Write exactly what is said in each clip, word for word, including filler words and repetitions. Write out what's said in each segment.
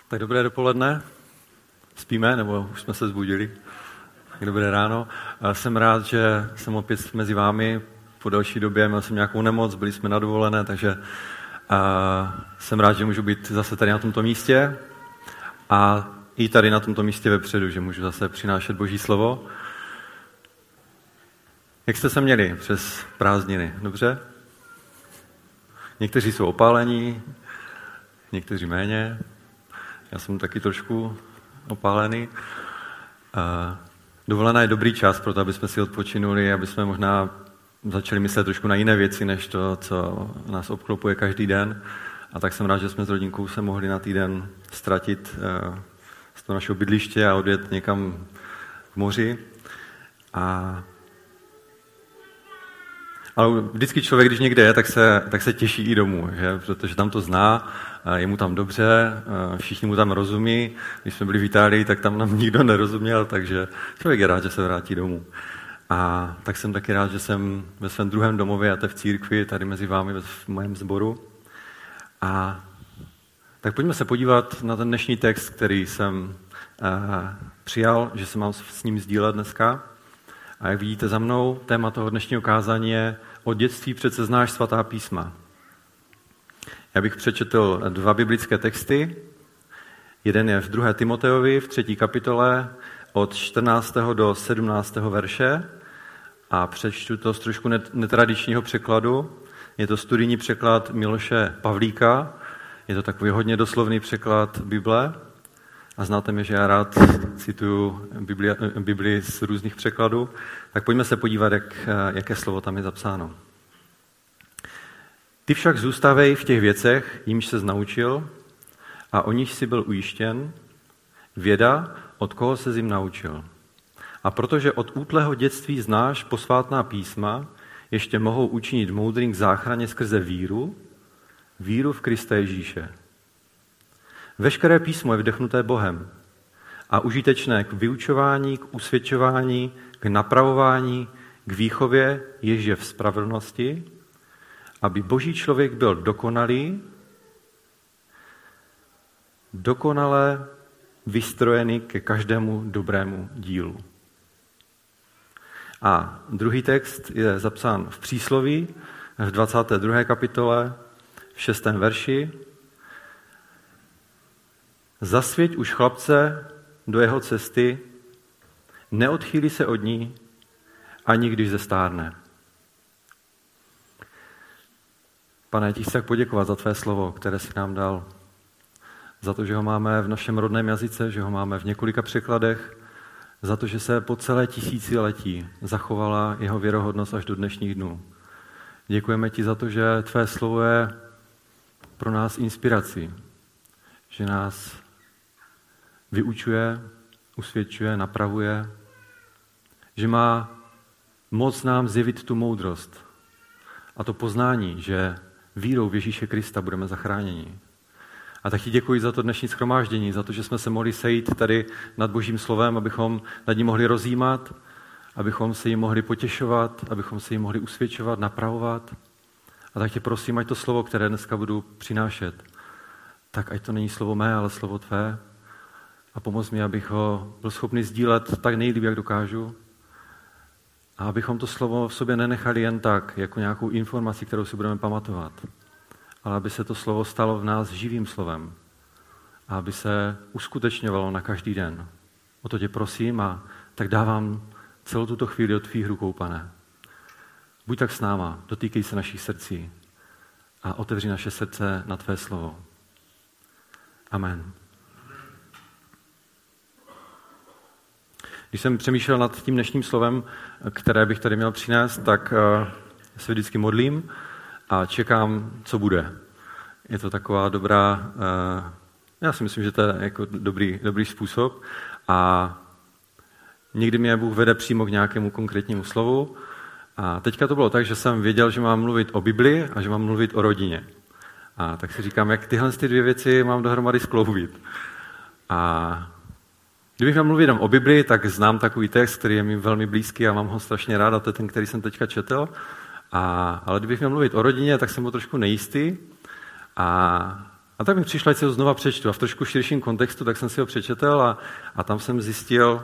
Tak dobré dopoledne. Spíme, nebo už jsme se zbudili? Dobré ráno. Jsem rád, že jsem opět mezi vámi po delší době. Měl jsem nějakou nemoc, byli jsme na dovolené, takže jsem rád, že můžu být zase tady na tomto místě a i tady na tomto místě vepředu, že můžu zase přinášet Boží slovo. Jak jste se měli přes prázdniny? Dobře? Někteří jsou opálení, někteří méně. Já jsem taky trošku opálený. Dovolená je dobrý čas pro to, aby jsme si odpočinuli, aby jsme možná začali myslet trošku na jiné věci, než to, co nás obklopuje každý den. A tak jsem rád, že jsme s rodinkou se mohli na týden ztratit z toho našeho bydliště a odjet někam k moři. A Ale vždycky člověk, když někde je, tak se, tak se těší i domů, že? Protože tam to zná, je mu tam dobře, všichni mu tam rozumí. Když jsme byli v Itálii, tak tam nám nikdo nerozuměl, takže člověk je rád, že se vrátí domů. A tak jsem taky rád, že jsem ve svém druhém domově, a to v církvi, tady mezi vámi v mém sboru. A tak pojďme se podívat na ten dnešní text, který jsem uh, přijal, že se mám s ním sdílet dneska. A jak vidíte za mnou, téma toho dnešního kázání je od dětství přece znáš svatá písma. Já bych přečetl dva biblické texty. Jeden je v druhé Timoteovi, v třetí kapitole, od čtrnáctého do sedmnáctého verše. A přečtu to z trošku netradičního překladu. Je to studijní překlad Miloše Pavlíka. Je to takový hodně doslovný překlad Bible. A znáte mě, že já rád cituju Bibli, Bibli z různých překladů, tak pojďme se podívat, jak, jaké slovo tam je zapsáno. Ty však zůstávej v těch věcech, jimž ses naučil a o nich si byl ujištěn, věda, od koho ses jim naučil. A protože od útlého dětství znáš posvátná písma, ještě mohou učinit moudrým k záchraně skrze víru, víru v Krista Ježíše. Veškeré písmo je vdechnuté Bohem a užitečné k vyučování, k usvědčování, k napravování, k výchově, jež je v spravedlnosti, aby Boží člověk byl dokonalý, dokonale vystrojený ke každému dobrému dílu. A druhý text je zapsán v Přísloví, v dvacáté druhé kapitole, v šestém verši. Zasvěť už chlapce do jeho cesty, neodchýlí se od ní, ani když zestárne. Pane, ti chci tak poděkovat za tvé slovo, které jsi nám dal. Za to, že ho máme v našem rodném jazyce, že ho máme v několika překladech, za to, že se po celé tisíciletí zachovala jeho věrohodnost až do dnešních dnů. Děkujeme ti za to, že tvé slovo je pro nás inspirací, že nás vyučuje, usvědčuje, napravuje, že má moc nám zjevit tu moudrost a to poznání, že vírou v Ježíše Krista budeme zachráněni. A tak ti děkuji za to dnešní shromáždění, za to, že jsme se mohli sejít tady nad Božím slovem, abychom nad ním mohli rozjímat, abychom se jim mohli potěšovat, abychom se jim mohli usvědčovat, napravovat. A tak tě prosím, ať to slovo, které dneska budu přinášet, tak ať to není slovo mé, ale slovo tvé. A pomoz mi, abych ho byl schopný sdílet tak nejlíp, jak dokážu. A abychom to slovo v sobě nenechali jen tak, jako nějakou informaci, kterou si budeme pamatovat. Ale aby se to slovo stalo v nás živým slovem. A aby se uskutečňovalo na každý den. O to tě prosím a tak dávám celou tuto chvíli do tvých rukou, Pane. Buď tak s náma, dotýkej se našich srdcí a otevři naše srdce na tvé slovo. Amen. Když jsem přemýšlel nad tím dnešním slovem, které bych tady měl přinést, tak se vždycky modlím a čekám, co bude. Je to taková dobrá, já si myslím, že to je jako dobrý, dobrý způsob a někdy mě Bůh vede přímo k nějakému konkrétnímu slovu a teďka to bylo tak, že jsem věděl, že mám mluvit o Bibli a že mám mluvit o rodině. A tak si říkám, jak tyhle ty dvě věci mám dohromady skloubit. A kdybych měl mluvit jenom o Bibli, tak znám takový text, který je mi velmi blízký a mám ho strašně rád, a to je ten, který jsem teďka četl. A, ale kdybych měl mluvit o rodině, tak jsem byl trošku nejistý. A A tak mi přišlo, ať si ho znova přečtu. A v trošku širším kontextu, tak jsem si ho přečetl a, a tam jsem zjistil,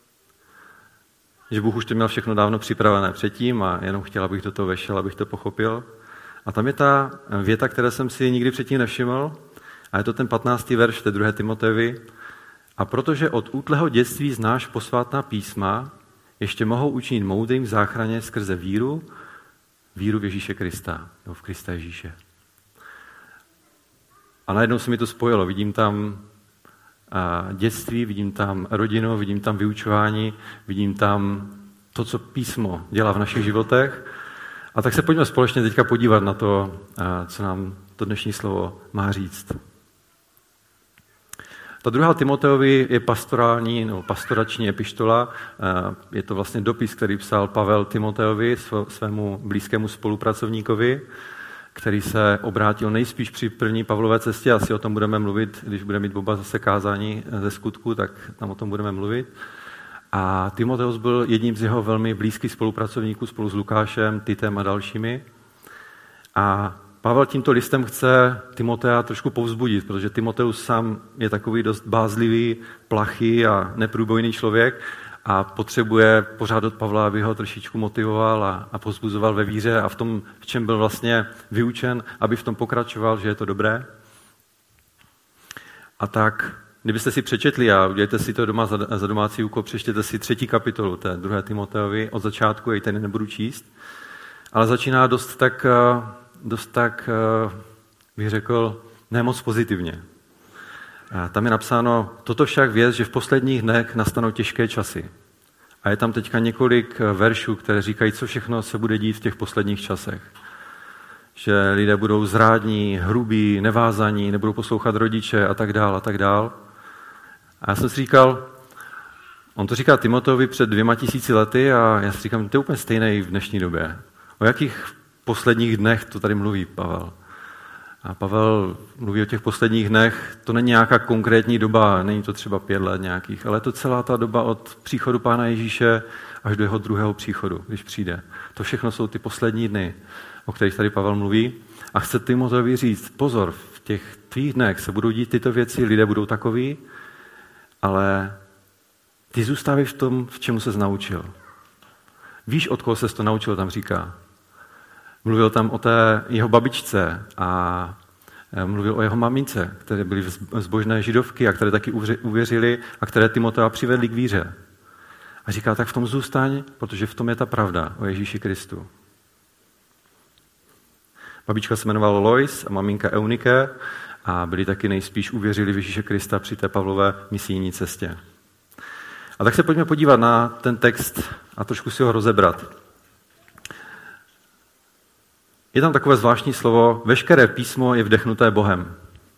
že Bůh už to měl všechno dávno připravené předtím a jenom chtěl, abych do toho vešel, abych to pochopil. A tam je ta věta, které jsem si nikdy předtím nevšiml, a je to ten patnáctý verš té druhé Timoteovi. A protože od útlého dětství znáš posvátná písma, ještě mohou učinit moudrým v záchraně skrze víru, víru v Ježíše Krista, nebo v Krista Ježíše. A najednou se mi to spojilo. Vidím tam dětství, vidím tam rodinu, vidím tam vyučování, vidím tam to, co písmo dělá v našich životech. A tak se pojďme společně teďka podívat na to, co nám to dnešní slovo má říct. Ta druhá Timoteovi je pastorální nebo pastorační epištola. Je to vlastně dopis, který psal Pavel Timoteovi, svému blízkému spolupracovníkovi, který se obrátil nejspíš při první Pavlové cestě. Asi o tom budeme mluvit, když bude mít Boba zase kázání ze Skutku, tak tam o tom budeme mluvit. A Timoteus byl jedním z jeho velmi blízkých spolupracovníků spolu s Lukášem, Titem a dalšími. A Pavel tímto listem chce Timotea trošku povzbudit, protože Timoteus sám je takový dost bázlivý, plachý a neprůbojný člověk a potřebuje pořád od Pavla, aby ho trošičku motivoval a, a povzbuzoval ve víře a v tom, v čem byl vlastně vyučen, aby v tom pokračoval, že je to dobré. A tak, kdybyste si přečetli a udělejte si to doma za, za domácí úkol, přečtěte si třetí kapitolu té druhé Timoteovi od začátku, jej tady nebudu číst, ale začíná dost tak, dost tak, bych řekl, ne moc pozitivně. A tam je napsáno, toto však věc, že v posledních dnech nastanou těžké časy. A je tam teďka několik veršů, které říkají, co všechno se bude dít v těch posledních časech. Že lidé budou zrádní, hrubí, nevázaní, nebudou poslouchat rodiče a tak dál a tak dál. A já jsem si říkal, on to říká Timoteovi před dvěma tisíci lety a já si říkám, to je úplně stejné i v dnešní době. O jakých posledních dnech to tady mluví Pavel? A Pavel mluví o těch posledních dnech, to není nějaká konkrétní doba, není to třeba pět let nějakých, ale je to celá ta doba od příchodu Pána Ježíše až do jeho druhého příchodu, když přijde. To všechno jsou ty poslední dny, o kterých tady Pavel mluví. A chce Timoteovi říct, pozor, v těch tvých dnech se budou dít tyto věci, lidé budou takoví, ale ty zůstávej v tom, v čemu ses naučil. Víš, od koho ses to naučil, tam říká. Mluvil tam o té jeho babičce a mluvil o jeho mamince, které byly zbožné židovky a které taky uvěřili a které Timotea přivedli k víře. A říká, tak v tom zůstaň, protože v tom je ta pravda o Ježíši Kristu. Babička se jmenovala Lois a maminka Eunike a byli taky nejspíš uvěřili v Ježíše Krista při té Pavlové misijní cestě. A tak se pojďme podívat na ten text a trošku si ho rozebrat. Je tam takové zvláštní slovo, veškeré písmo je vdechnuté Bohem.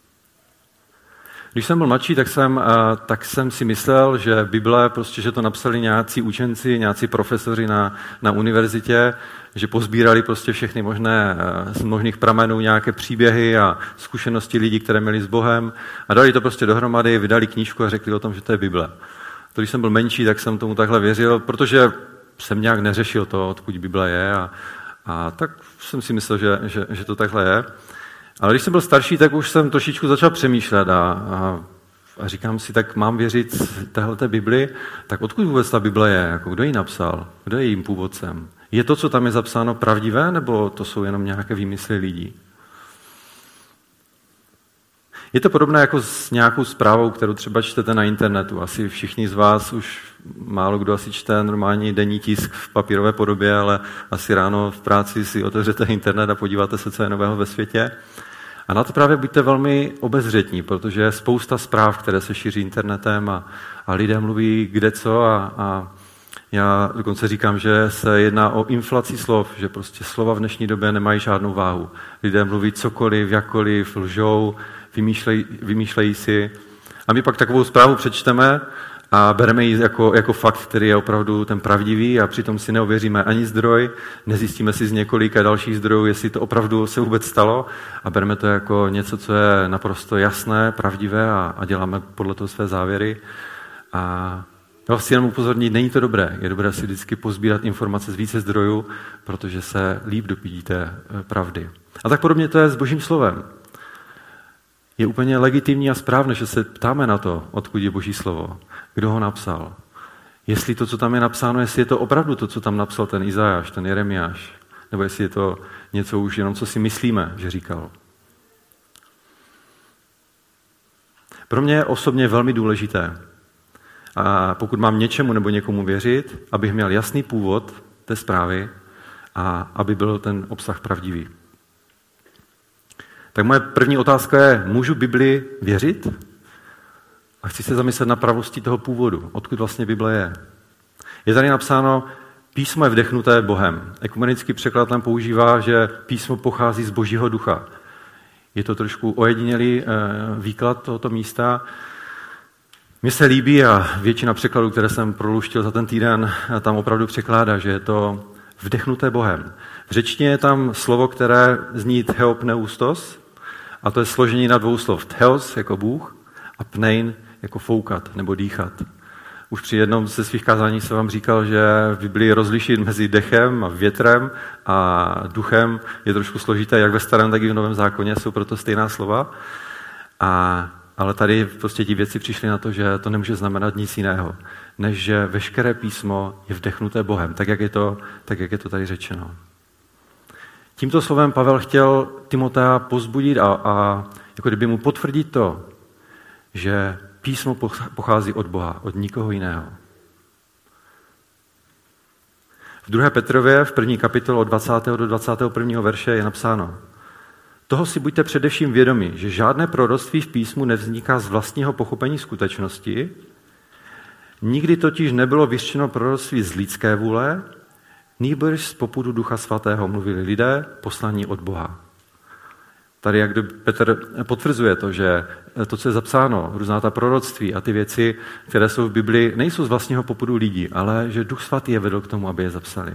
Když jsem byl mladší, tak jsem, tak jsem si myslel, že Bible, prostě, že to napsali nějací učenci, nějací profesoři na, na univerzitě, že pozbírali prostě všechny možné, z možných pramenů nějaké příběhy a zkušenosti lidí, které měli s Bohem a dali to prostě dohromady, vydali knížku a řekli o tom, že to je Bible. To, když jsem byl menší, tak jsem tomu takhle věřil, protože jsem nějak neřešil to, odkud Bible je a, a tak jsem si myslel, že, že, že to takhle je. Ale když jsem byl starší, tak už jsem trošičku začal přemýšlet a, a, a říkám si, tak mám věřit téhleté Bibli, tak odkud vůbec ta Bible je? Jako, kdo ji napsal? Kdo je jejím původcem? Je to, co tam je zapsáno, pravdivé, nebo to jsou jenom nějaké výmysly lidí? Je to podobné jako s nějakou zprávou, kterou třeba čtete na internetu. Asi všichni z vás už, málo kdo asi čte normální denní tisk v papírové podobě, ale asi ráno v práci si otevřete internet a podíváte se, co je nového ve světě. A na to právě buďte velmi obezřetní, protože je spousta zpráv, které se šíří internetem a, a lidé mluví kde co a, a já dokonce říkám, že se jedná o inflaci slov, že prostě slova v dnešní době nemají žádnou váhu. Lidé mluví cokoliv, jakkoliv, lžou, vymýšlejí, vymýšlejí si. A my pak takovou zprávu přečteme a bereme ji jako, jako fakt, který je opravdu ten pravdivý a přitom si neověříme ani zdroj, nezjistíme si z několika dalších zdrojů, jestli to opravdu se vůbec stalo a bereme to jako něco, co je naprosto jasné, pravdivé a, a děláme podle toho své závěry. A já chci jenom upozornit, není to dobré. Je dobré si vždycky pozbírat informace z více zdrojů, protože se líp dopídíte pravdy. A tak podobně to je s Božím slovem. je úplně legitimní a správné, že se ptáme na to, odkud je Boží slovo, kdo ho napsal. Jestli to, co tam je napsáno, jestli je to opravdu to, co tam napsal ten Izajáš, ten Jeremiáš, nebo jestli je to něco už jenom, co si myslíme, že říkal. Pro mě je osobně velmi důležité, a pokud mám něčemu nebo někomu věřit, abych měl jasný původ té zprávy a aby byl ten obsah pravdivý. Tak moje první otázka je, můžu Bibli věřit? A chci se zamyslet na pravosti toho původu, odkud vlastně Bible je. Je tady napsáno, písmo je vdechnuté Bohem. Ekumenický překlad tam používá, že písmo pochází z Božího ducha. Je to trošku ojedinělý výklad tohoto místa. Mně se líbí a většina překladů, které jsem proluštil za ten týden, tam opravdu překládá, že je to vdechnuté Bohem. V řečtině je tam slovo, které zní theopneustos, a to je složení na dvou slov. Theos jako Bůh a pnein jako foukat nebo dýchat. Už při jednom ze svých kázání jsem vám říkal, že v Biblii rozlišit mezi dechem a větrem a duchem je trošku složité, jak ve starém, tak i v Novém zákoně jsou proto stejná slova. A, ale tady prostě ti věci přišli na to, že to nemůže znamenat nic jiného, než že veškeré písmo je vdechnuté Bohem, tak jak je to, tak jak je to tady řečeno. Tímto slovem Pavel chtěl Timotea povzbudit a, a jako kdyby mu potvrdit to, že písmo pochází od Boha, od nikoho jiného. V druhé Petrově, v první kapitole od dvacátého do dvacátého prvního verše je napsáno: Toho si buďte především vědomi, že žádné proroctví v písmu nevzniká z vlastního pochopení skutečnosti, nikdy totiž nebylo vyřčeno proroctví z lidské vůle, nýbrž z popudu Ducha Svatého mluvili lidé poslaní od Boha. Tady jak Petr potvrzuje to, že to, co je zapsáno, různá ta proroctví a ty věci, které jsou v Biblii, nejsou z vlastního popudu lidí, ale že Duch Svatý je vedl k tomu, aby je zapsali.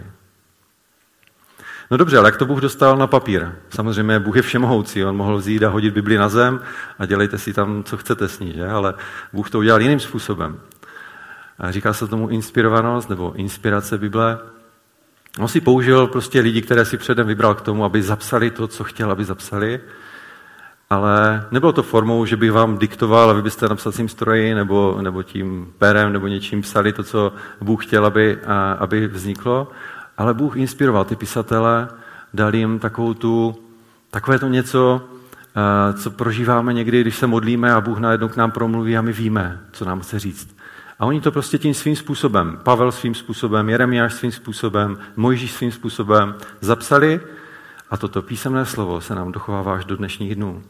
No dobře, ale jak to Bůh dostal na papír? Samozřejmě Bůh je všemohoucí, on mohl vzít a hodit Bibli na zem a dělejte si tam, co chcete s ní, že? Ale Bůh to udělal jiným způsobem. A říká se tomu inspirovanost nebo inspirace Bible. On si použil prostě lidi, které si předem vybral k tomu, aby zapsali to, co chtěl, aby zapsali, ale nebylo to formou, že bych vám diktoval a vy byste na psacím stroji nebo, nebo tím perem nebo něčím psali to, co Bůh chtěl, aby, a, aby vzniklo, ale Bůh inspiroval ty pisatele, dal jim takovou tu, takové to něco, a, co prožíváme někdy, když se modlíme a Bůh najednou k nám promluví a my víme, co nám chce říct. A oni to prostě tím svým způsobem, Pavel svým způsobem, Jeremiáš svým způsobem, Mojžíš svým způsobem zapsali a toto písemné slovo se nám dochovává až do dnešních dnů.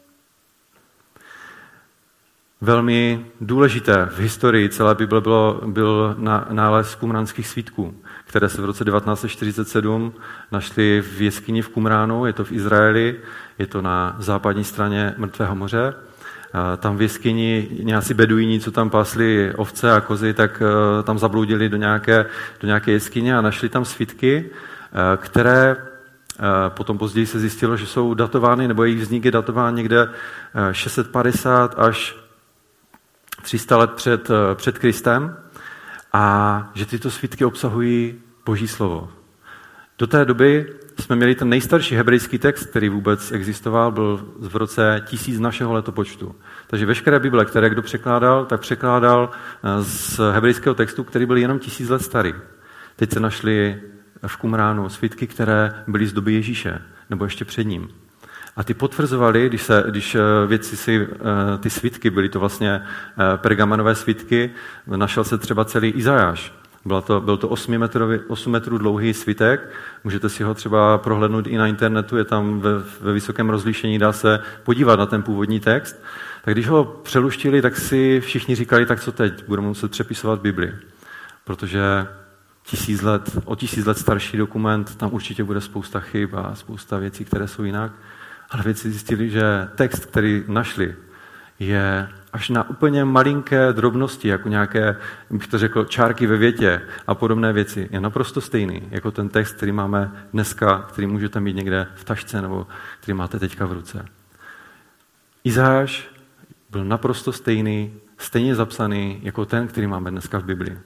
Velmi důležité v historii celé Bible bylo, byl nález kumránských svítků, které se v roce devatenáct set čtyřicet sedm našly v jeskyni v Kumránu, je to v Izraeli, je to na západní straně Mrtvého moře. Tam v jeskyni nějací beduíni, co tam pásli ovce a kozy, tak tam zabloudili do nějaké, do nějaké jeskyně a našli tam svitky, které potom později se zjistilo, že jsou datovány, nebo jejich vznik je datován někde šest set padesát až tři sta let před, před Kristem a že tyto svitky obsahují Boží slovo. Do té doby jsme měli ten nejstarší hebrejský text, který vůbec existoval, byl v roce tisíc našeho letopočtu. Takže veškeré Bible, které kdo překládal, tak překládal z hebrejského textu, který byl jenom tisíc let starý. Teď se našly v Kumránu svitky, které byly z doby Ježíše, nebo ještě před ním. A ty potvrzovali, když, se, když vědci si ty svitky, byly to vlastně pergamenové svitky, našel se třeba celý Izajáš. Byl to, byl to osm metrů dlouhý svitek, můžete si ho třeba prohlédnout i na internetu, je tam ve, ve vysokém rozlišení, dá se podívat na ten původní text. Tak když ho přeluštili, tak si všichni říkali, tak co teď, budeme muset přepisovat Bibli. Protože tisíc let, o tisíc let starší dokument, tam určitě bude spousta chyb a spousta věcí, které jsou jinak. Ale vědci zjistili, že text, který našli, je až na úplně malinké drobnosti, jako nějaké, bych to řekl, čárky ve větě a podobné věci, je naprosto stejný, jako ten text, který máme dneska, který můžete mít někde v tašce nebo který máte teďka v ruce. Izajáš byl naprosto stejný, stejně zapsaný, jako ten, který máme dneska v Biblii.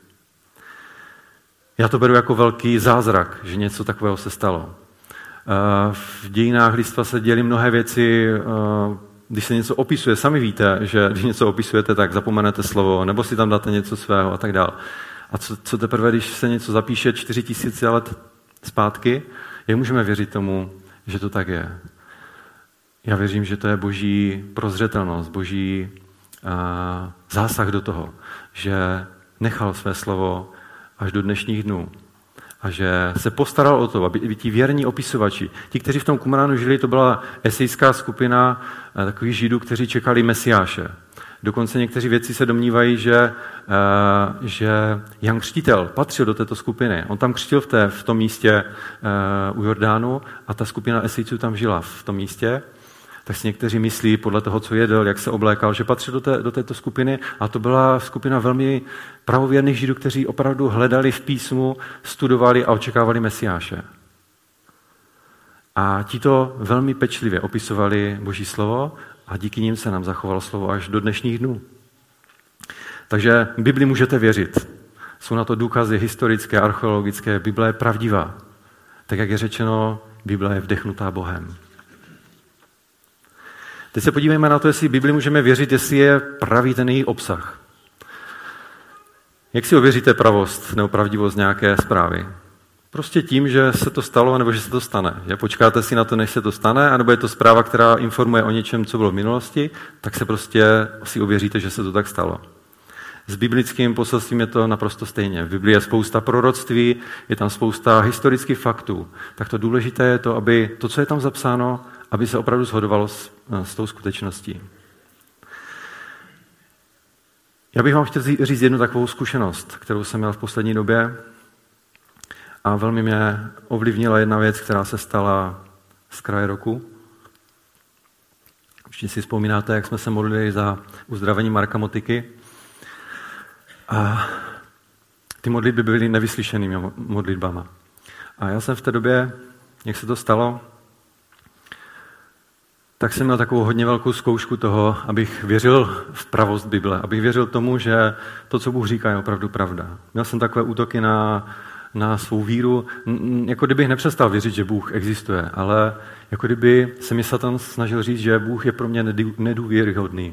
Já to beru jako velký zázrak, že něco takového se stalo. V dějinách lidstva se děly mnohé věci, když se něco opisuje, sami víte, že když něco opisujete, tak zapomenete slovo, nebo si tam dáte něco svého a tak dále. A co, co teprve, když se něco zapíše čtyři tisíce let zpátky, jak můžeme věřit tomu, že to tak je? Já věřím, že to je boží prozřetelnost, boží a, zásah do toho, že nechal své slovo až do dnešních dnů. A že se postaral o to, aby ti věrní opisovači, ti, kteří v tom Qumránu žili, to byla esejská skupina takových židů, kteří čekali Mesiáše. Dokonce někteří vědci se domnívají, že, že Jan Křtitel patřil do této skupiny. On tam křtil v, té, v tom místě u Jordánu a ta skupina esejců tam žila v tom místě. Tak si někteří myslí, podle toho, co jedl, jak se oblékal, že patřil do, té, do této skupiny. A to byla skupina velmi pravověrných židů, kteří opravdu hledali v písmu, studovali a očekávali Mesiáše. A ti to velmi pečlivě opisovali Boží slovo a díky nim se nám zachovalo slovo až do dnešních dnů. Takže Bibli můžete věřit. Jsou na to důkazy historické, archeologické. Bible je pravdivá. Tak, jak je řečeno, Bible je vdechnutá Bohem. Teď se podívejme na to, jestli Bibli můžeme věřit, jestli je pravý ten její obsah. Jak si ověříte pravost nebo pravdivost nějaké zprávy? Prostě tím, že se to stalo, nebo že se to stane. Že počkáte si na to, než se to stane, anebo je to zpráva, která informuje o něčem, co bylo v minulosti, tak se prostě si ověříte, že se to tak stalo. S biblickým poselstvím je to naprosto stejně. V Biblii je spousta proroctví, je tam spousta historických faktů. Tak to důležité je to, aby to, co je tam zapsáno, aby se opravdu shodovalo s, s tou skutečností. Já bych vám chtěl říct jednu takovou zkušenost, kterou jsem měl v poslední době a velmi mě ovlivnila jedna věc, která se stala z kraje roku. Určitě si vzpomínáte, jak jsme se modlili za uzdravení Marka Motiky. A ty modlitby byly nevyslyšenými modlitbama. A já jsem v té době, jak se to stalo, tak jsem měl takovou hodně velkou zkoušku toho, abych věřil v pravost Bible, abych věřil tomu, že to, co Bůh říká, je opravdu pravda. Měl jsem takové útoky na, na svou víru, jako kdybych nepřestal věřit, že Bůh existuje, ale jako kdyby se mi Satan snažil říct, že Bůh je pro mě nedůvěryhodný.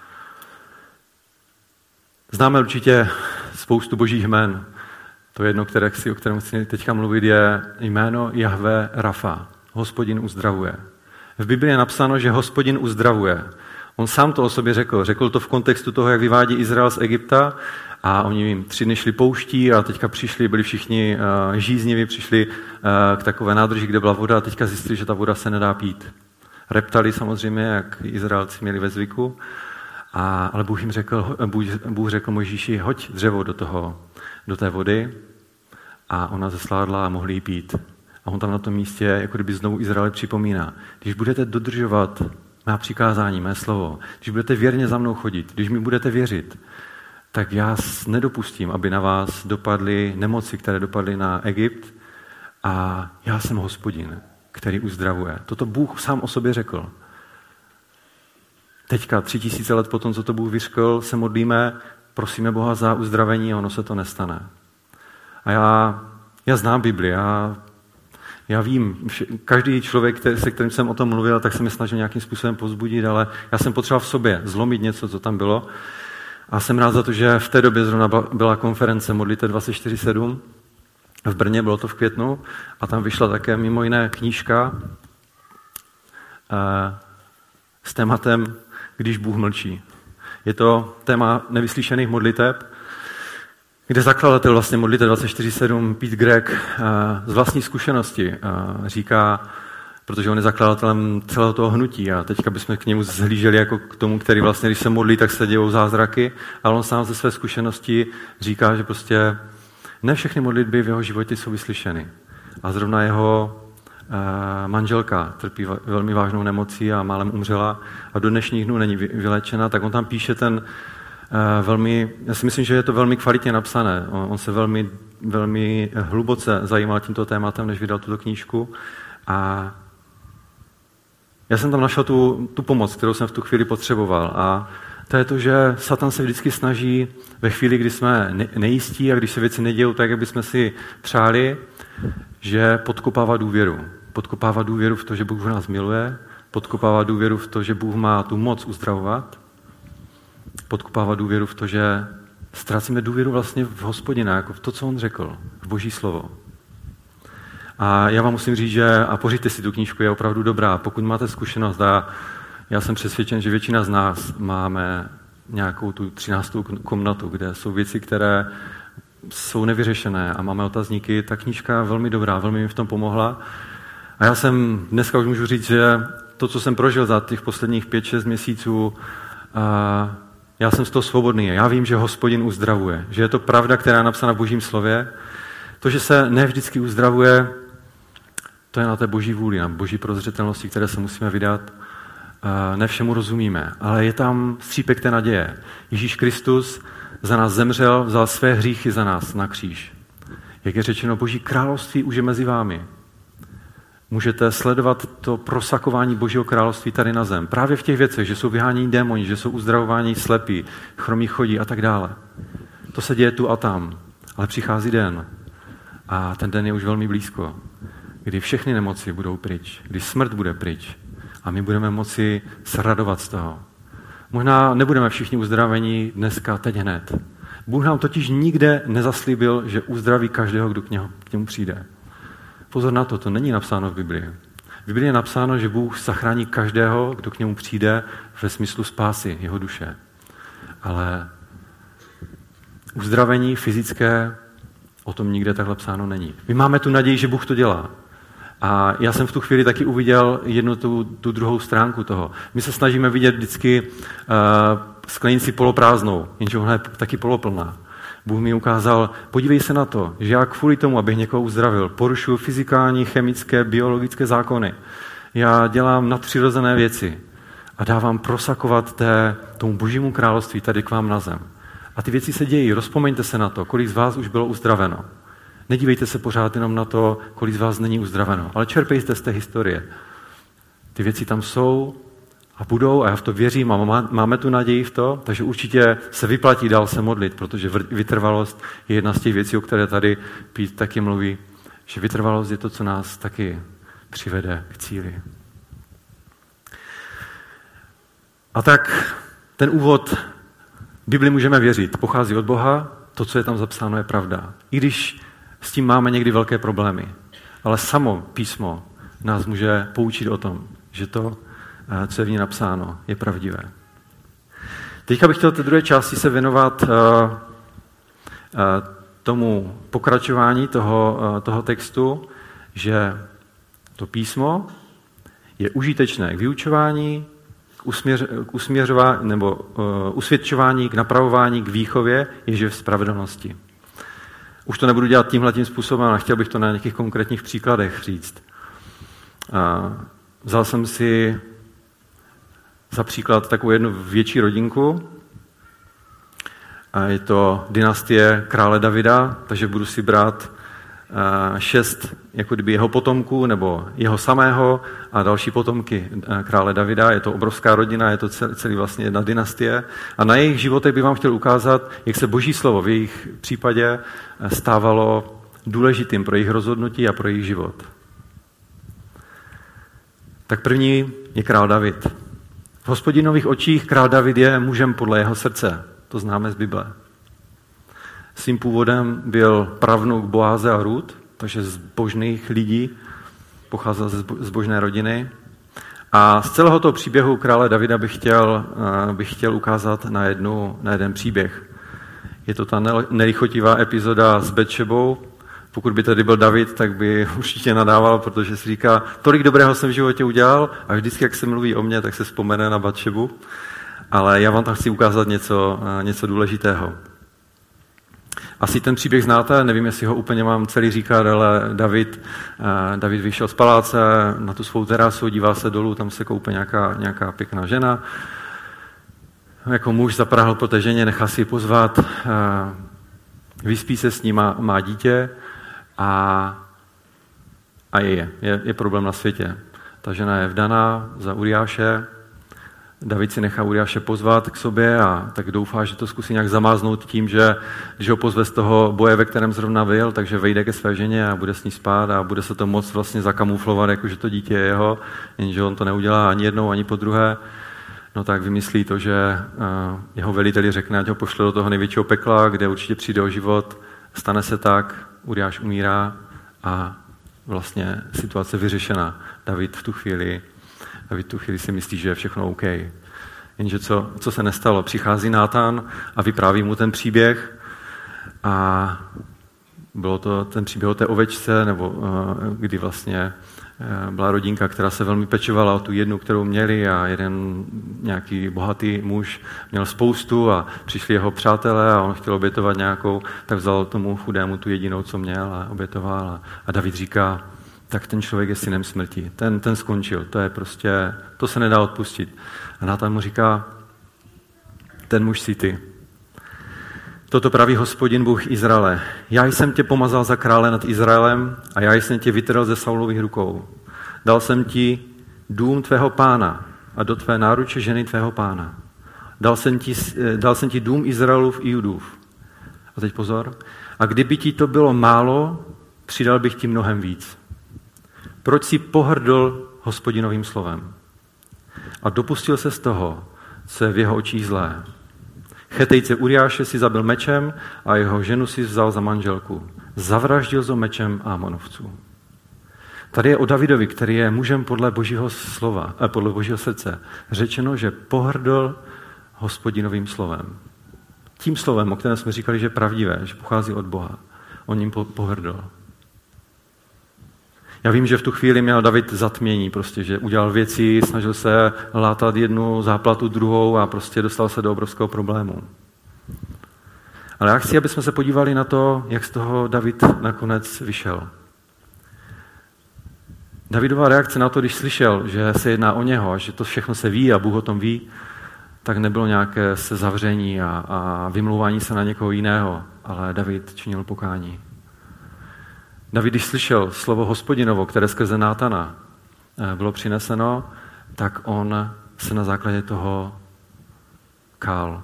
Známe určitě spoustu božích jmen. To jedno, které, o kterém chci teďka mluvit, je jméno Jahve Rafa. Hospodin uzdravuje. V Biblii je napsáno, že Hospodin uzdravuje. On sám to o sobě řekl. Řekl to v kontextu toho, jak vyvádí Izrael z Egypta a oni jim tři dny šli pouští a teďka přišli, byli všichni uh, žízniví, přišli uh, k takové nádrži, kde byla voda a teďka zjistili, že ta voda se nedá pít. Reptali samozřejmě, jak Izraelci měli ve zvyku, a, ale Bůh jim řekl, Bůh, Bůh řekl Mojžíši, hoď dřevo do, toho, do té vody a ona zesládla a mohli ji pít. A on tam na tom místě, jako kdyby znovu Izrael připomíná, když budete dodržovat má přikázání, mé slovo, když budete věrně za mnou chodit, když mi budete věřit, tak já nedopustím, aby na vás dopadly nemoci, které dopadly na Egypt a já jsem Hospodin, který uzdravuje. Toto Bůh sám o sobě řekl. Teďka, tři tisíce let potom, co to Bůh vyřkl, se modlíme, prosíme Boha za uzdravení a ono se to nestane. A já, já znám Bibli, já Já vím, každý člověk, který, se kterým jsem o tom mluvil, tak se mi snažil nějakým způsobem povzbudit, ale já jsem potřeboval v sobě zlomit něco, co tam bylo. A jsem rád za to, že v té době zrovna byla konference Modlite dvacet čtyři sedm. V Brně, bylo to v květnu, a tam vyšla také mimo jiné knížka s tématem Když Bůh mlčí. Je to téma nevyslyšených modliteb, kde zakladatel vlastně Modlite dvacet čtyři sedm Pete Gregg z vlastní zkušenosti říká, protože on je zakladatelem celého toho hnutí a teďka bychom k němu zhlíželi jako k tomu, který vlastně, když se modlí, tak se dějou zázraky, ale on sám ze své zkušenosti říká, že prostě ne všechny modlitby v jeho životě jsou vyslyšeny. A zrovna jeho manželka trpí velmi vážnou nemocí a málem umřela a do dnešních dnů není vylečena, tak on tam píše ten velmi, já si myslím, že je to velmi kvalitně napsané. On, on se velmi, velmi hluboce zajímal tímto tématem, než vydal tuto knížku. A já jsem tam našel tu, tu pomoc, kterou jsem v tu chvíli potřeboval. A to je to, že Satan se vždycky snaží ve chvíli, kdy jsme nejistí a když se věci nedějou tak, jak bychom si přáli, že podkopává důvěru. Podkopává důvěru v to, že Bůh v nás miluje, podkopává důvěru v to, že Bůh má tu moc uzdravovat, podkopává důvěru v to, že ztrácíme důvěru vlastně v Hospodina, jako v to, co on řekl, v Boží slovo. A já vám musím říct, že, a pořiďte si tu knížku, je opravdu dobrá. Pokud máte zkušenost, a já jsem přesvědčen, že většina z nás máme nějakou tu třináctou komnatu, kde jsou věci, které jsou nevyřešené a máme otazníky, ta knížka je velmi dobrá, velmi mi v tom pomohla. A já jsem, dneska už můžu říct, že to, co jsem prožil za těch posledních pět, šest měsíců, a já jsem z toho svobodný. Já vím, že Hospodin uzdravuje, že je to pravda, která je napsána v Božím slově. To, že se ne vždycky uzdravuje, to je na té Boží vůli, na Boží prozřetelnosti, které se musíme vydat. Ne všemu rozumíme, ale je tam střípek té naděje. Ježíš Kristus za nás zemřel, vzal své hříchy za nás na kříž. Jak je řečeno, Boží království už je mezi vámi. Můžete sledovat to prosakování Božího království tady na zem. Právě v těch věcech, že jsou vyhánění démoni, že jsou uzdravováni slepí, chromí chodí a tak dále. To se děje tu a tam, ale přichází den. A ten den je už velmi blízko, kdy všechny nemoci budou pryč, kdy smrt bude pryč a my budeme moci se radovat z toho. Možná nebudeme všichni uzdraveni dneska, teď hned. Bůh nám totiž nikde nezaslíbil, že uzdraví každého, kdo k němu, k němu přijde. Pozor na to, to není napsáno v Biblii. V Biblii je napsáno, že Bůh zachrání každého, kdo k němu přijde ve smyslu spásy jeho duše. Ale uzdravení fyzické, o tom nikde takhle psáno není. My máme tu naději, že Bůh to dělá. A já jsem v tu chvíli taky uviděl jednu tu, tu druhou stránku toho. My se snažíme vidět vždycky uh, sklenici poloprázdnou, jenže ona je taky poloplná. Bůh mi ukázal, podívej se na to, že já kvůli tomu, abych někoho uzdravil, porušuju fyzikální, chemické, biologické zákony. Já dělám nadpřirozené věci a dávám prosakovat té, tomu Božímu království tady k vám na zem. A ty věci se dějí, rozpomeňte se na to, kolik z vás už bylo uzdraveno. Nedívejte se pořád jenom na to, kolik z vás není uzdraveno, ale čerpejte z té historie. Ty věci tam jsou a budou a já v to věřím a máme tu naději v to, takže určitě se vyplatí dál se modlit, protože vytrvalost je jedna z těch věcí, o které tady Pít taky mluví, že vytrvalost je to, co nás taky přivede k cíli. A tak ten úvod Bibli můžeme věřit, pochází od Boha, to, co je tam zapsáno, je pravda. I když s tím máme někdy velké problémy, ale samo písmo nás může poučit o tom, že to, co je v ní napsáno, je pravdivé. Teďka bych chtěl té druhé části se věnovat uh, uh, tomu pokračování toho, uh, toho textu, že to písmo je užitečné k vyučování, k, usměř, k usměřování nebo uh, usvědčování, k napravování, k výchově, ježe v spravedlnosti. Už to nebudu dělat tímhletím způsobem, ale chtěl bych to na nějakých konkrétních příkladech říct. Uh, vzal jsem si za příklad takovou jednu větší rodinku. A je to dynastie krále Davida, takže budu si brát šest jako kdyby jeho potomků nebo jeho samého a další potomky krále Davida. Je to obrovská rodina, je to celý vlastně jedna dynastie. A na jejich životech bych vám chtěl ukázat, jak se Boží slovo v jejich případě stávalo důležitým pro jejich rozhodnutí a pro jejich život. Tak první je král David. V Hospodinových očích král David je mužem podle jeho srdce. To známe z Bible. Svým původem byl pravnuk Boáze a Rut, takže z božných lidí, pocházel z božné rodiny. A z celého toho příběhu krále Davida bych chtěl, bych chtěl ukázat na, jednu, na jeden příběh. Je to ta nelichotivá epizoda s Betšebou. Pokud by tady byl David, tak by určitě nadával, protože si říká, tolik dobrého jsem v životě udělal a vždycky, jak se mluví o mně, tak se vzpomene na Batšebu. Ale já vám tam chci ukázat něco, něco důležitého. Asi ten příběh znáte, nevím, jestli ho úplně mám celý říkat, ale David, David vyšel z paláce na tu svou terasu, dívá se dolů, tam se koupe nějaká, nějaká pěkná žena. Jako muž zaprahl po té ženě, nechá si ji pozvat, vyspí se s ní, má, má dítě a, a je, je, je problém na světě. Ta žena je vdaná za Uriáše, David si nechá Uriáše pozvat k sobě a tak doufá, že to zkusí nějak zamáznout tím, že když ho pozve z toho boje, ve kterém zrovna byl, takže vejde ke své ženě a bude s ní spát a bude se to moc vlastně zakamuflovat, jakože to dítě je jeho, jenže on to neudělá ani jednou, ani po druhé. No tak vymyslí to, že jeho veliteli řekne, ať ho pošle do toho největšího pekla, kde určitě přijde o život. Stane se tak, Uriáš umírá a vlastně situace vyřešena. David v tu chvíli, David v tu chvíli si myslí, že je všechno OK. Jenže co, co se nestalo? Přichází Nátan a vypráví mu ten příběh a bylo to ten příběh o té ovečce, nebo kdy vlastně byla rodinka, která se velmi pečovala o tu jednu, kterou měli a jeden nějaký bohatý muž měl spoustu a přišli jeho přátelé a on chtěl obětovat nějakou, tak vzal tomu chudému tu jedinou, co měl a obětoval. A David říká, tak ten člověk je synem smrti, ten, ten skončil, to je prostě, to se nedá odpustit. A Nátan mu říká, ten muž jsi ty. Toto praví Hospodin Bůh Izraele. Já jsem tě pomazal za krále nad Izraelem a já jsem tě vytrhl ze Saulových rukou. Dal jsem ti dům tvého pána a do tvé náruče ženy tvého pána. Dal jsem ti, dal jsem ti dům Izraelův i Judův. A teď pozor. A kdyby ti to bylo málo, přidal bych ti mnohem víc. Proč jsi pohrdl Hospodinovým slovem? A dopustil se z toho, co je v jeho očích zlé. Chetejce Uriáše si zabil mečem a jeho ženu si vzal za manželku. Zavraždil zo mečem Ámonovců. Tady je o Davidovi, který je mužem podle Božího slova, eh, podle Božího srdce, řečeno, že pohrdl Hospodinovým slovem. Tím slovem, o kterém jsme říkali, že je pravdivé, že pochází od Boha. On ním pohrdl. Já vím, že v tu chvíli měl David zatmění, prostě, že udělal věci, snažil se látat jednu záplatu druhou a prostě dostal se do obrovského problému. Ale já chci, aby jsme se podívali na to, jak z toho David nakonec vyšel. Davidova reakce na to, když slyšel, že se jedná o něho, že to všechno se ví a Bůh o tom ví, tak nebylo nějaké se zavření a, a vymlouvání se na někoho jiného, ale David činil pokání. David, když slyšel slovo Hospodinovo, které skrze Nátana bylo přineseno, tak on se na základě toho kál.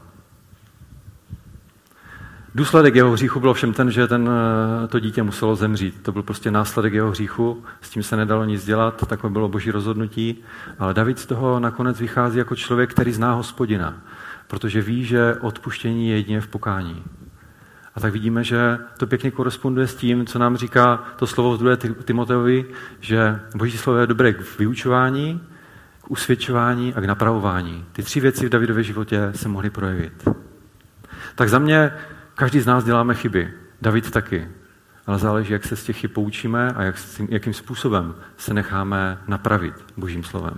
Důsledek jeho hříchu byl všem ten, že ten, to dítě muselo zemřít. To byl prostě následek jeho hříchu, s tím se nedalo nic dělat, takové bylo Boží rozhodnutí. Ale David z toho nakonec vychází jako člověk, který zná Hospodina, protože ví, že odpuštění je jedině v pokání. A tak vidíme, že to pěkně koresponduje s tím, co nám říká to slovo v druhé Timoteovi, že Boží slovo je dobré k vyučování, k usvědčování a k napravování. Ty tři věci v Davidově životě se mohly projevit. Tak za mě každý z nás děláme chyby. David taky. Ale záleží, jak se z těch chyb poučíme a jak, jakým způsobem se necháme napravit Božím slovem.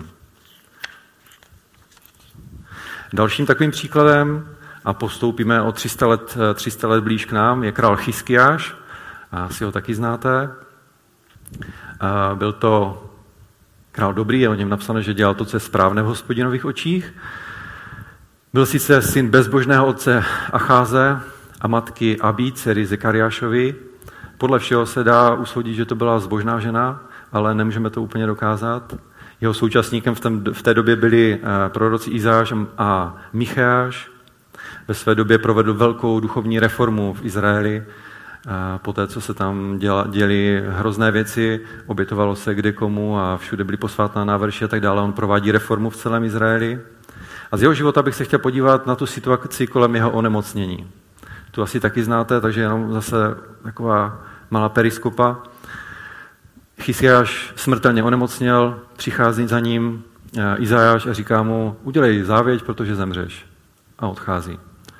Dalším takovým příkladem, a postoupíme o tři sta let, tři sta let blíž k nám, je král Chiskiáš, asi ho taky znáte. Byl to král dobrý, je o něm napsané, že dělal to, co je správné v Hospodinových očích. Byl sice syn bezbožného otce Acháze a matky Abí, dcery Zekariášovi. Podle všeho se dá ushodit, že to byla zbožná žena, ale nemůžeme to úplně dokázat. Jeho současníkem v, tém, v té době byli proroci Izáš a Micheáš. Ve své době provedl velkou duchovní reformu v Izraeli. Poté, co se tam děla, děli hrozné věci, obětovalo se kde komu a všude byly posvátná návrši a tak dále. On provádí reformu v celém Izraeli. A z jeho života bych se chtěl podívat na tu situaci kolem jeho onemocnění. Tu asi taky znáte, takže jenom zase taková malá periskopa. Chiskiáš smrtelně onemocněl, přichází za ním Izajáš a říká mu, udělej závěť, protože zemřeš. A odchází.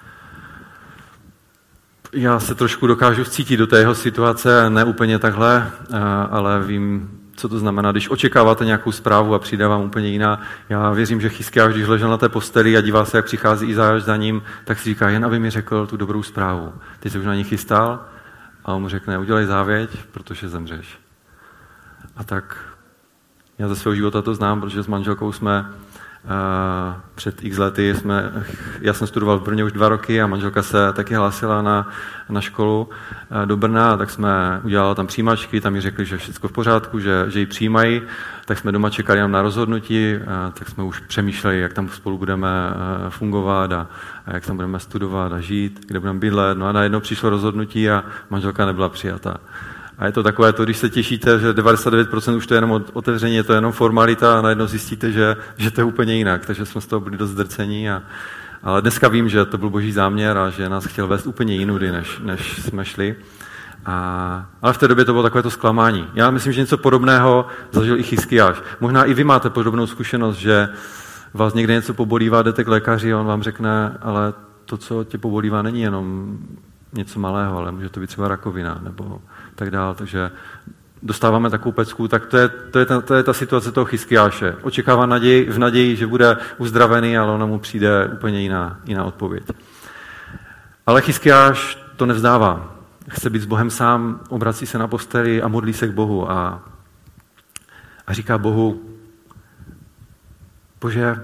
Já se trošku dokážu vcítit do té jeho situace, ne úplně takhle, ale vím, co to znamená, když očekáváte nějakou zprávu a přijde vám úplně jiná. Já věřím, že Chiskiáš, když ležel na té posteli a dívá se, jak přichází Izajáš za ním, tak si říká, jen aby mi řekl tu dobrou zprávu. Teď se už na ní chystal a on mu řekne, udělej závěť, protože zemřeš. A tak já ze svého života to znám, protože s manželkou jsme před x lety jsme, já jsem studoval v Brně už dva roky a manželka se taky hlásila na, na školu do Brna, tak jsme udělali tam přijímačky, tam mi řekli, že všechno v pořádku, že, že ji přijímají, tak jsme doma čekali jenom na rozhodnutí, tak jsme už přemýšleli, jak tam spolu budeme fungovat a, a jak tam budeme studovat a žít, kde budeme bydlet. No a najednou přišlo rozhodnutí a manželka nebyla přijata. A je to takové to, když se těšíte, že devadesát devět procent už to je jenom otevření, je to jenom formalita a najednou zjistíte, že, že to je úplně jinak. Takže jsme z toho byli dost zdrcení. A, ale dneska vím, že to byl boží záměr a že nás chtěl vést úplně jinudy, než, než jsme šli. A, ale v té době to bylo takové to zklamání. Já myslím, že něco podobného zažil i Chyskiáš. Možná i vy máte podobnou zkušenost, že vás někde něco pobolívá, jdete k lékaři a on vám řekne, ale to, co tě pobolívá, není jenom něco malého, ale může to být třeba rakovina nebo tak dál. Takže dostáváme takovou pecku, tak to je, to je, ta, to je ta situace toho Chyskiáše. Očekává naději, v naději, že bude uzdravený, ale ona mu přijde úplně jiná, jiná odpověď. Ale Chyskiáš to nevzdává. Chce být s Bohem sám, obrací se na posteli a modlí se k Bohu a, a říká Bohu, Bože,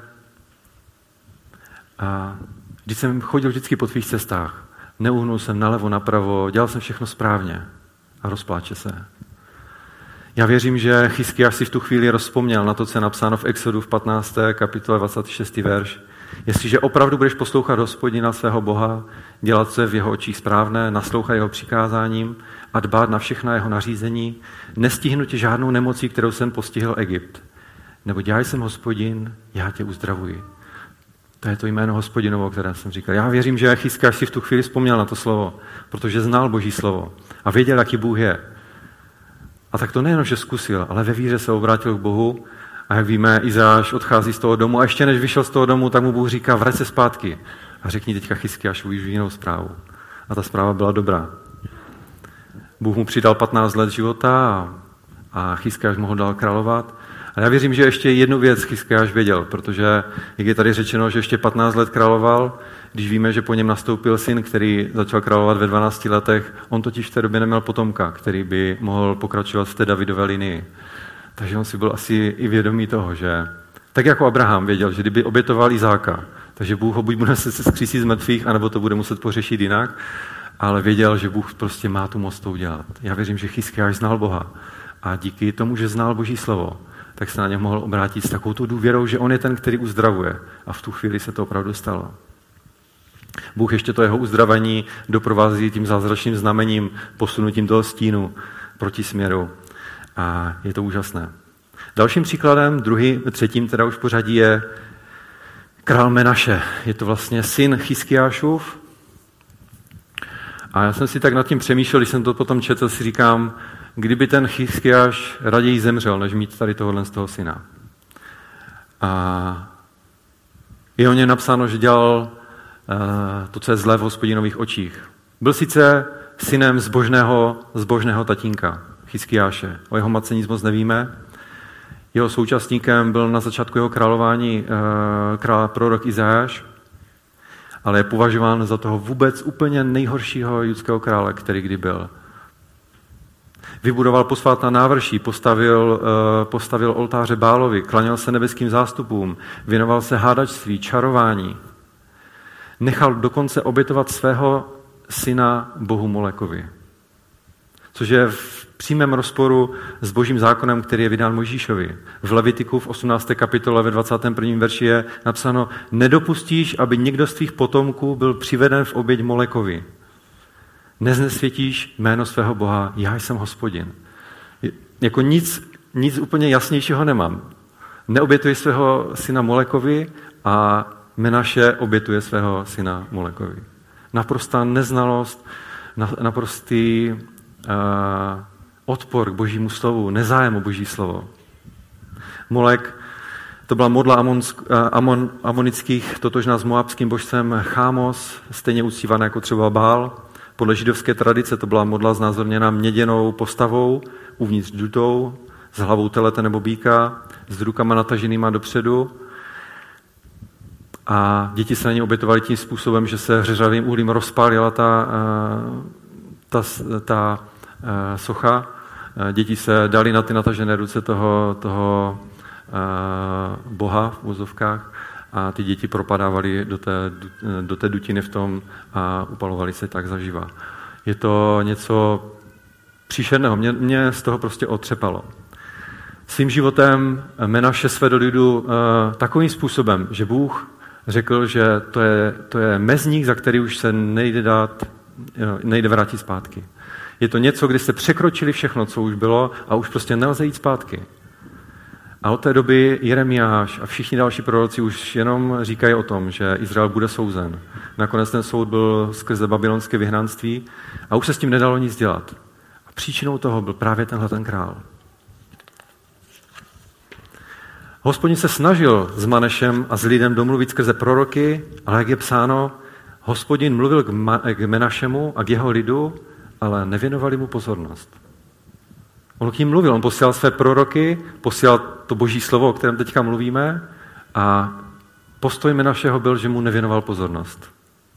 a když jsem chodil vždycky po tvých cestách, neuhnul jsem nalevo, napravo, dělal jsem všechno správně a rozpláče se. Já věřím, že Chyskiáš si v tu chvíli rozpomněl na to, co je napsáno v Exodu v patnácté kapitole dvacátý šestý verš. Jestliže opravdu budeš poslouchat Hospodina svého Boha, dělat, co je v jeho očích správné, naslouchat jeho přikázáním a dbát na všechna jeho nařízení, nestihnu tě žádnou nemocí, kterou jsem postihl Egypt. Nebo já jsem Hospodin, já tě uzdravuji. To je to jméno Hospodinovo, o kterém jsem říkal. Já věřím, že Chyskiáš si v tu chvíli vzpomněl na to slovo, protože znal Boží slovo a věděl, jaký Bůh je. A tak to nejenom, že zkusil, ale ve víře se obrátil k Bohu a jak víme, Izáš odchází z toho domu a ještě než vyšel z toho domu, tak mu Bůh říká, vrať se zpátky a řekni teďka Chyskiášovi jinou zprávu. A ta zpráva byla dobrá. Bůh mu přidal patnáct let života a, a Chyskiáš mohl dál královat. A já věřím, že ještě jednu věc Chyskiáš věděl, protože, jak je tady řečeno, že ještě patnáct let královal, když víme, že po něm nastoupil syn, který začal královat ve dvanácti letech, on totiž v té době neměl potomka, který by mohl pokračovat v té Davidové linii. Takže on si byl asi i vědomý toho, že tak jako Abraham věděl, že kdyby obětoval Izáka, takže Bůh ho buď bude se vzkřísit z mrtvých, anebo to bude muset pořešit jinak, ale věděl, že Bůh prostě má tu moc to udělat. Já věřím, že Chyskiáš znal Boha a díky tomu, že znal Boží slovo, tak se na ně mohl obrátit s takovou tu důvěrou, že on je ten, který uzdravuje. A v tu chvíli se to opravdu stalo. Bůh ještě to jeho uzdravení doprovází tím zázračným znamením, posunutím toho stínu proti směru. A je to úžasné. Dalším příkladem, druhý, třetím teda už pořadí je král Menaše. Je to vlastně syn Chyskiášův. A já jsem si tak nad tím přemýšlel, když jsem to potom četl, si říkám, kdyby ten Chyskiáš raději zemřel, než mít tady tohohle z toho syna. A je o něm napsáno, že dělal uh, to, co je zlé v Hospodinových očích. Byl sice synem zbožného, zbožného tatínka, Chyskiáše. O jeho matce nic moc nevíme. Jeho současníkem byl na začátku jeho králování uh, král prorok Izájáš, ale je považován za toho vůbec úplně nejhoršího judského krále, který kdy byl. Vybudoval posvátná návrší, postavil, postavil oltáře Bálovi, klaněl se nebeským zástupům, věnoval se hádačství, čarování. Nechal dokonce obětovat svého syna bohu Molekovi. Což je v přímém rozporu s božím zákonem, který je vydán Mojžíšovi. V Levitiku v osmnácté kapitole ve dvacátém prvním verši je napsáno, nedopustíš, aby někdo z tvých potomků byl přiveden v oběť Molekovi. Neznesvětíš jméno svého Boha, já jsem Hospodin. Jako nic, nic úplně jasnějšího nemám. Neobětuji svého syna Molekovi a Menaše obětuje svého syna Molekovi. Naprostá neznalost, naprostý uh, odpor k božímu slovu, nezájem o boží slovo. Molek, to byla modla amonsk, amon, amonických, totožná s moabským božcem Chámos, stejně uctívaná jako třeba Bál. Podle židovské tradice to byla modla znázorněná měděnou postavou, uvnitř dutou, s hlavou telete nebo býka, s rukama nataženýma dopředu. A děti se na ně obětovaly tím způsobem, že se hřeřavým uhlím rozpálila ta, ta, ta socha. Děti se dali na ty natažené ruce toho, toho Boha v úzovkách a ty děti propadávaly do té, do té dutiny v tom a upalovali se tak zaživa. Je to něco příšerného. Mě, mě z toho prostě otřepalo. Svým životem Menaše svedl lidu takovým způsobem, že Bůh řekl, že to je, to je mezník, za který už se nejde dát, nejde vrátit zpátky. Je to něco, kdy jste překročili všechno, co už bylo a už prostě nelze jít zpátky. A od té doby Jeremiáš a všichni další proroci už jenom říkají o tom, že Izrael bude souzen. Nakonec ten soud byl skrze babylonské vyhnanství a už se s tím nedalo nic dělat. A příčinou toho byl právě tenhle ten král. Hospodin se snažil s Manešem a s lidem domluvit skrze proroky, ale jak je psáno, Hospodin mluvil k, Ma- k Menašemu a k jeho lidu, ale nevěnovali mu pozornost. On k ním mluvil, on posílal své proroky, posílal to boží slovo, o kterém teďka mluvíme a postoj Menašeho byl, že mu nevěnoval pozornost.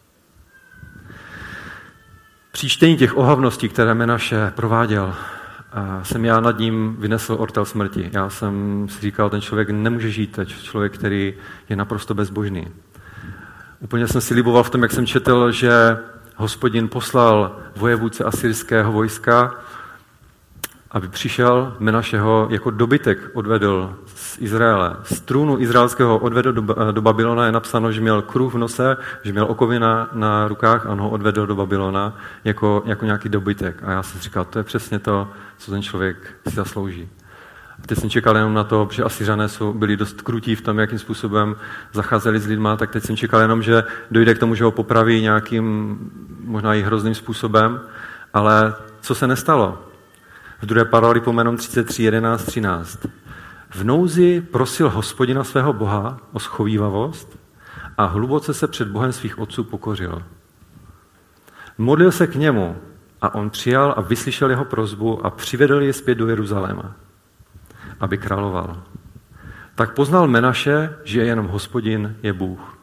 Při čtení těch ohavností, které Menaše prováděl, jsem já nad ním vynesl ortel smrti. Já jsem si říkal, ten člověk nemůže žít, ten člověk, který je naprosto bezbožný. Úplně jsem si liboval v tom, jak jsem četl, že Hospodin poslal vojevůdce asyrského vojska, aby přišel Menašeho jako dobytek odvedl z Izraele. Z trůnu izraelského odvedl do, do Babylona, je napsáno, že měl kruh v nose, že měl okovy na, na rukách a on ho odvedl do Babylona jako, jako nějaký dobytek. A já jsem si říkal, to je přesně to, co ten člověk si zaslouží. A teď jsem čekal jenom na to, že Asyřané jsou, byli dost krutí v tom, jakým způsobem zacházeli s lidma, tak teď jsem čekal jenom, že dojde k tomu, že ho popraví nějakým možná i hrozným způsobem, ale co se nestalo? V druhé Paralipomenom třicet tři, jedenáct, třináct. V nouzi prosil Hospodina svého Boha o schovívavost a hluboce se před Bohem svých otců pokořil. Modlil se k němu a on přijal a vyslyšel jeho prosbu a přivedl je zpět do Jeruzaléma, aby královal. Tak poznal Menaše, že jenom Hospodin je Bůh.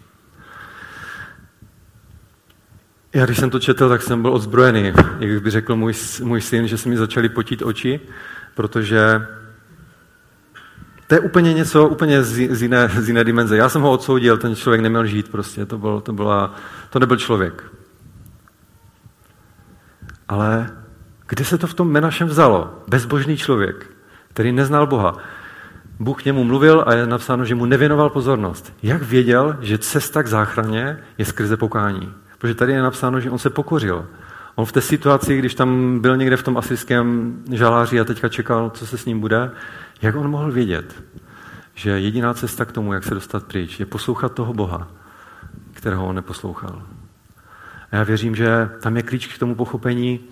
Já když jsem to četl, tak jsem byl odzbrojený. Jak by řekl můj, můj syn, že se mi začaly potít oči, protože to je úplně něco, úplně z, z, jiné, z jiné dimenze. Já jsem ho odsoudil, ten člověk neměl žít prostě, to, byl, to, byla, to nebyl člověk. Ale kde se to v tom Menašem vzalo? Bezbožný člověk, který neznal Boha. Bůh k němu mluvil a je napsáno, že mu nevěnoval pozornost. Jak věděl, že cesta k záchraně je skrze pokání? Protože tady je napsáno, že on se pokořil. On v té situaci, když tam byl někde v tom asyrském žaláři a teďka čekal, co se s ním bude, jak on mohl vědět, že jediná cesta k tomu, jak se dostat pryč, je poslouchat toho Boha, kterého on neposlouchal. A já věřím, že tam je klíč k tomu pochopení,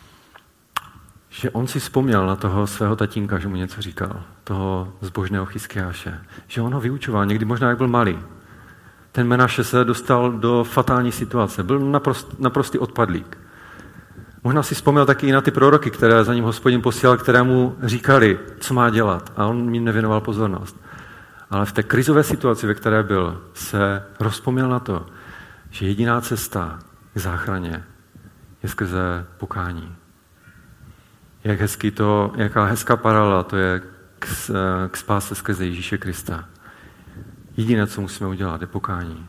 že on si vzpomněl na toho svého tatínka, že mu něco říkal, toho zbožného Chyskiáše, že on ho vyučoval, někdy možná jak byl malý. Ten Menaše se dostal do fatální situace, byl naprost, naprostý odpadlík. Možná si vzpomněl taky i na ty proroky, které za ním Hospodin posílal, kterému říkali, co má dělat, a on jim nevěnoval pozornost. Ale v té krizové situaci, ve které byl, se rozpomněl na to, že jediná cesta k záchraně je skrze pokání. Jak hezký to, jaká hezká paralela to je k, k spáse skrze Ježíše Krista. Jediné, co musíme udělat, je pokání.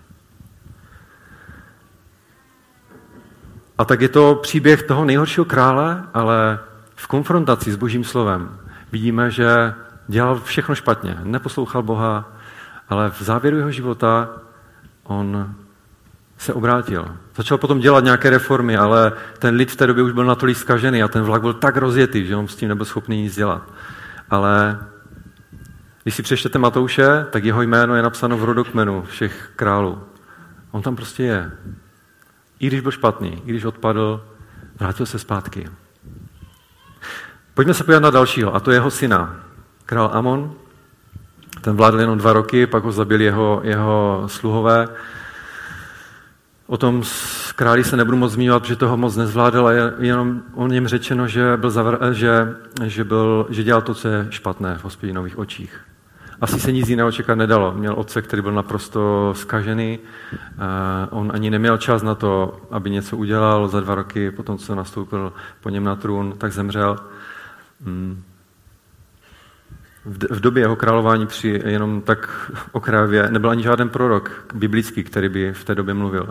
A tak je to příběh toho nejhoršího krále, ale v konfrontaci s Božím slovem vidíme, že dělal všechno špatně. Neposlouchal Boha, ale v závěru jeho života on se obrátil. Začal potom dělat nějaké reformy, ale ten lid v té době už byl natolik zkažený a ten vlak byl tak rozjetý, že on s tím nebyl schopný nic dělat. Ale když si přečtete Matouše, tak jeho jméno je napsáno v rodokmenu všech králů. On tam prostě je. I když byl špatný, i když odpadl, vrátil se zpátky. Pojďme se podívat na dalšího, a to je jeho syna. Král Amon, ten vládl jenom dva roky, pak ho zabili jeho, jeho sluhové. O tom králi se nebudu moc zmiňovat, protože toho moc nezvládl, a je jenom o něm řečeno, že, byl zavr- že, že, byl, že dělal to, co je špatné v Hospodinových očích. Asi se nic jiného čekat nedalo. Měl otce, který byl naprosto zkažený. On ani neměl čas na to, aby něco udělal. Za dva roky, potom co nastoupil po něm na trůn, tak zemřel. v době jeho králování při jenom tak okrajově nebyl ani žádný prorok biblický, který by v té době mluvil.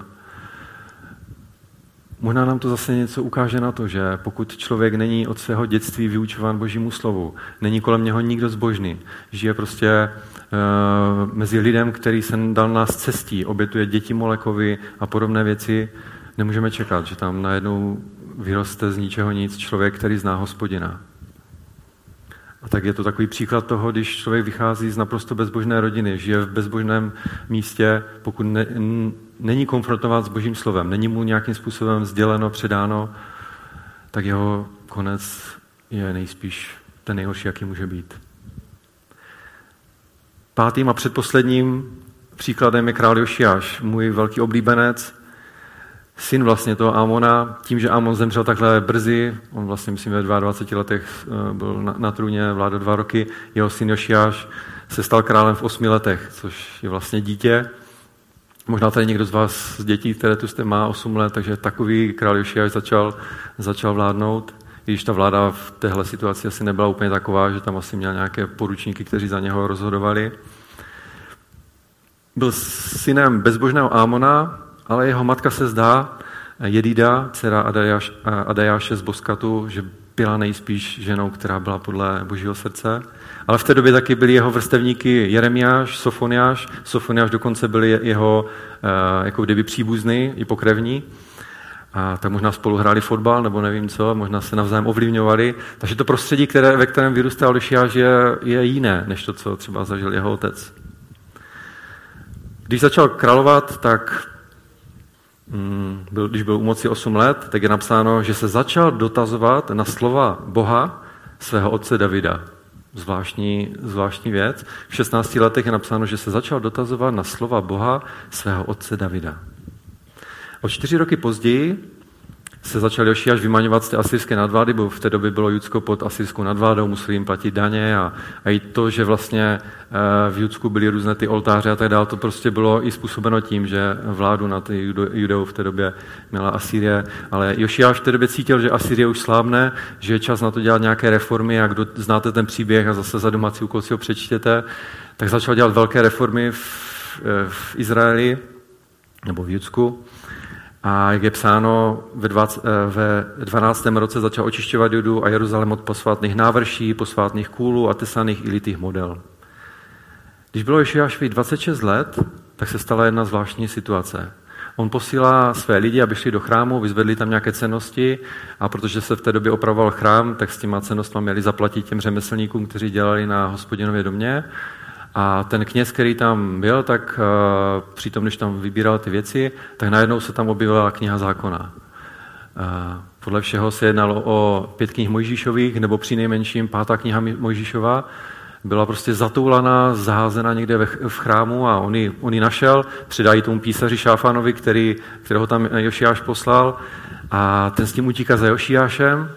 Možná nám to zase něco ukáže na to, že pokud člověk není od svého dětství vyučován Božímu slovu, není kolem něho nikdo zbožný, žije prostě uh, mezi lidem, který se dal nás cestí, obětuje děti Molekovi a podobné věci, nemůžeme čekat, že tam najednou vyroste z ničeho nic člověk, který zná Hospodina. A tak je to takový příklad toho, když člověk vychází z naprosto bezbožné rodiny, žije v bezbožném místě, pokud ne, n, není konfrontován s Božím slovem, není mu nějakým způsobem sděleno, předáno, tak jeho konec je nejspíš ten nejhorší, jaký může být. Pátým a předposledním příkladem je král Jošiáš, můj velký oblíbenec, syn vlastně toho Amona, tím, že Amon zemřel takhle brzy, on vlastně, myslím, ve dvaceti dvou letech byl na, na trůně, vládl dva roky, jeho syn Jošiáš se stal králem v osmi letech, což je vlastně dítě. Možná tady někdo z vás z dětí, které tu jste, má osm let, takže takový král Jošiáš začal, začal vládnout, i když ta vláda v téhle situaci asi nebyla úplně taková, že tam asi měl nějaké poručníky, kteří za něho rozhodovali. Byl synem bezbožného Amona, ale jeho matka se zdá, Jedida, dcera Adajáš, Adajáše z Boskatu, že byla nejspíš ženou, která byla podle Božího srdce. Ale v té době taky byli jeho vrstevníky Jeremiáš, Sofoniáš. Sofoniáš dokonce byli jeho jako kdyby příbuzný i pokrevní. A tak možná spolu hráli fotbal, nebo nevím co, možná se navzájem ovlivňovali. Takže to prostředí, které, ve kterém vyrůstal Jošiáš, je, je jiné, než to, co třeba zažil jeho otec. Když začal královat, tak Byl, když byl u moci osm let, tak je napsáno, že se začal dotazovat na slova Boha svého otce Davida. Zvláštní, zvláštní věc. V šestnácti letech je napsáno, že se začal dotazovat na slova Boha svého otce Davida. O čtyři roky později se začal Jošiáš vymaňovat z té asyrské nadvlády, bo v té době bylo Judsko pod asyrskou nadvládou, museli jim platit daně a, a i to, že vlastně v Judsku byly různé ty oltáře a tak dále, to prostě bylo i způsobeno tím, že vládu nad Judou v té době měla Asýrie, ale Jošiáš v té době cítil, že Asýrie už slábne, že je čas na to dělat nějaké reformy a kdo znáte ten příběh a zase za domácí úkol si ho přečtěte, tak začal dělat velké reformy v, v Izraeli nebo v Judsku. A jak je psáno, ve, dvacet, ve dvanáctém roce začal očišťovat Judu a Jeruzalém od posvátných návrší, posvátných kůlů a tesaných i litých model. Když bylo Jošiášovi dvacet šest let, tak se stala jedna zvláštní situace. On posílá své lidi, aby šli do chrámu, vyzvedli tam nějaké cennosti a protože se v té době opravoval chrám, tak s těma cennostmi měli zaplatit těm řemeslníkům, kteří dělali na Hospodinově domě. A ten kněz, který tam byl, tak uh, přitom, když tam vybíral ty věci, tak najednou se tam objevila kniha zákona. Uh, podle všeho se jednalo o pět knih Mojžíšových, nebo přinejmenším pátá kniha Mojžíšova. Byla prostě zatoulaná, zaházena někde ve, v chrámu a on ji, on ji našel, předají tomu písaři Šáfanovi, který, kterého tam Jošiáš poslal a ten s tím utíká za Jošiášem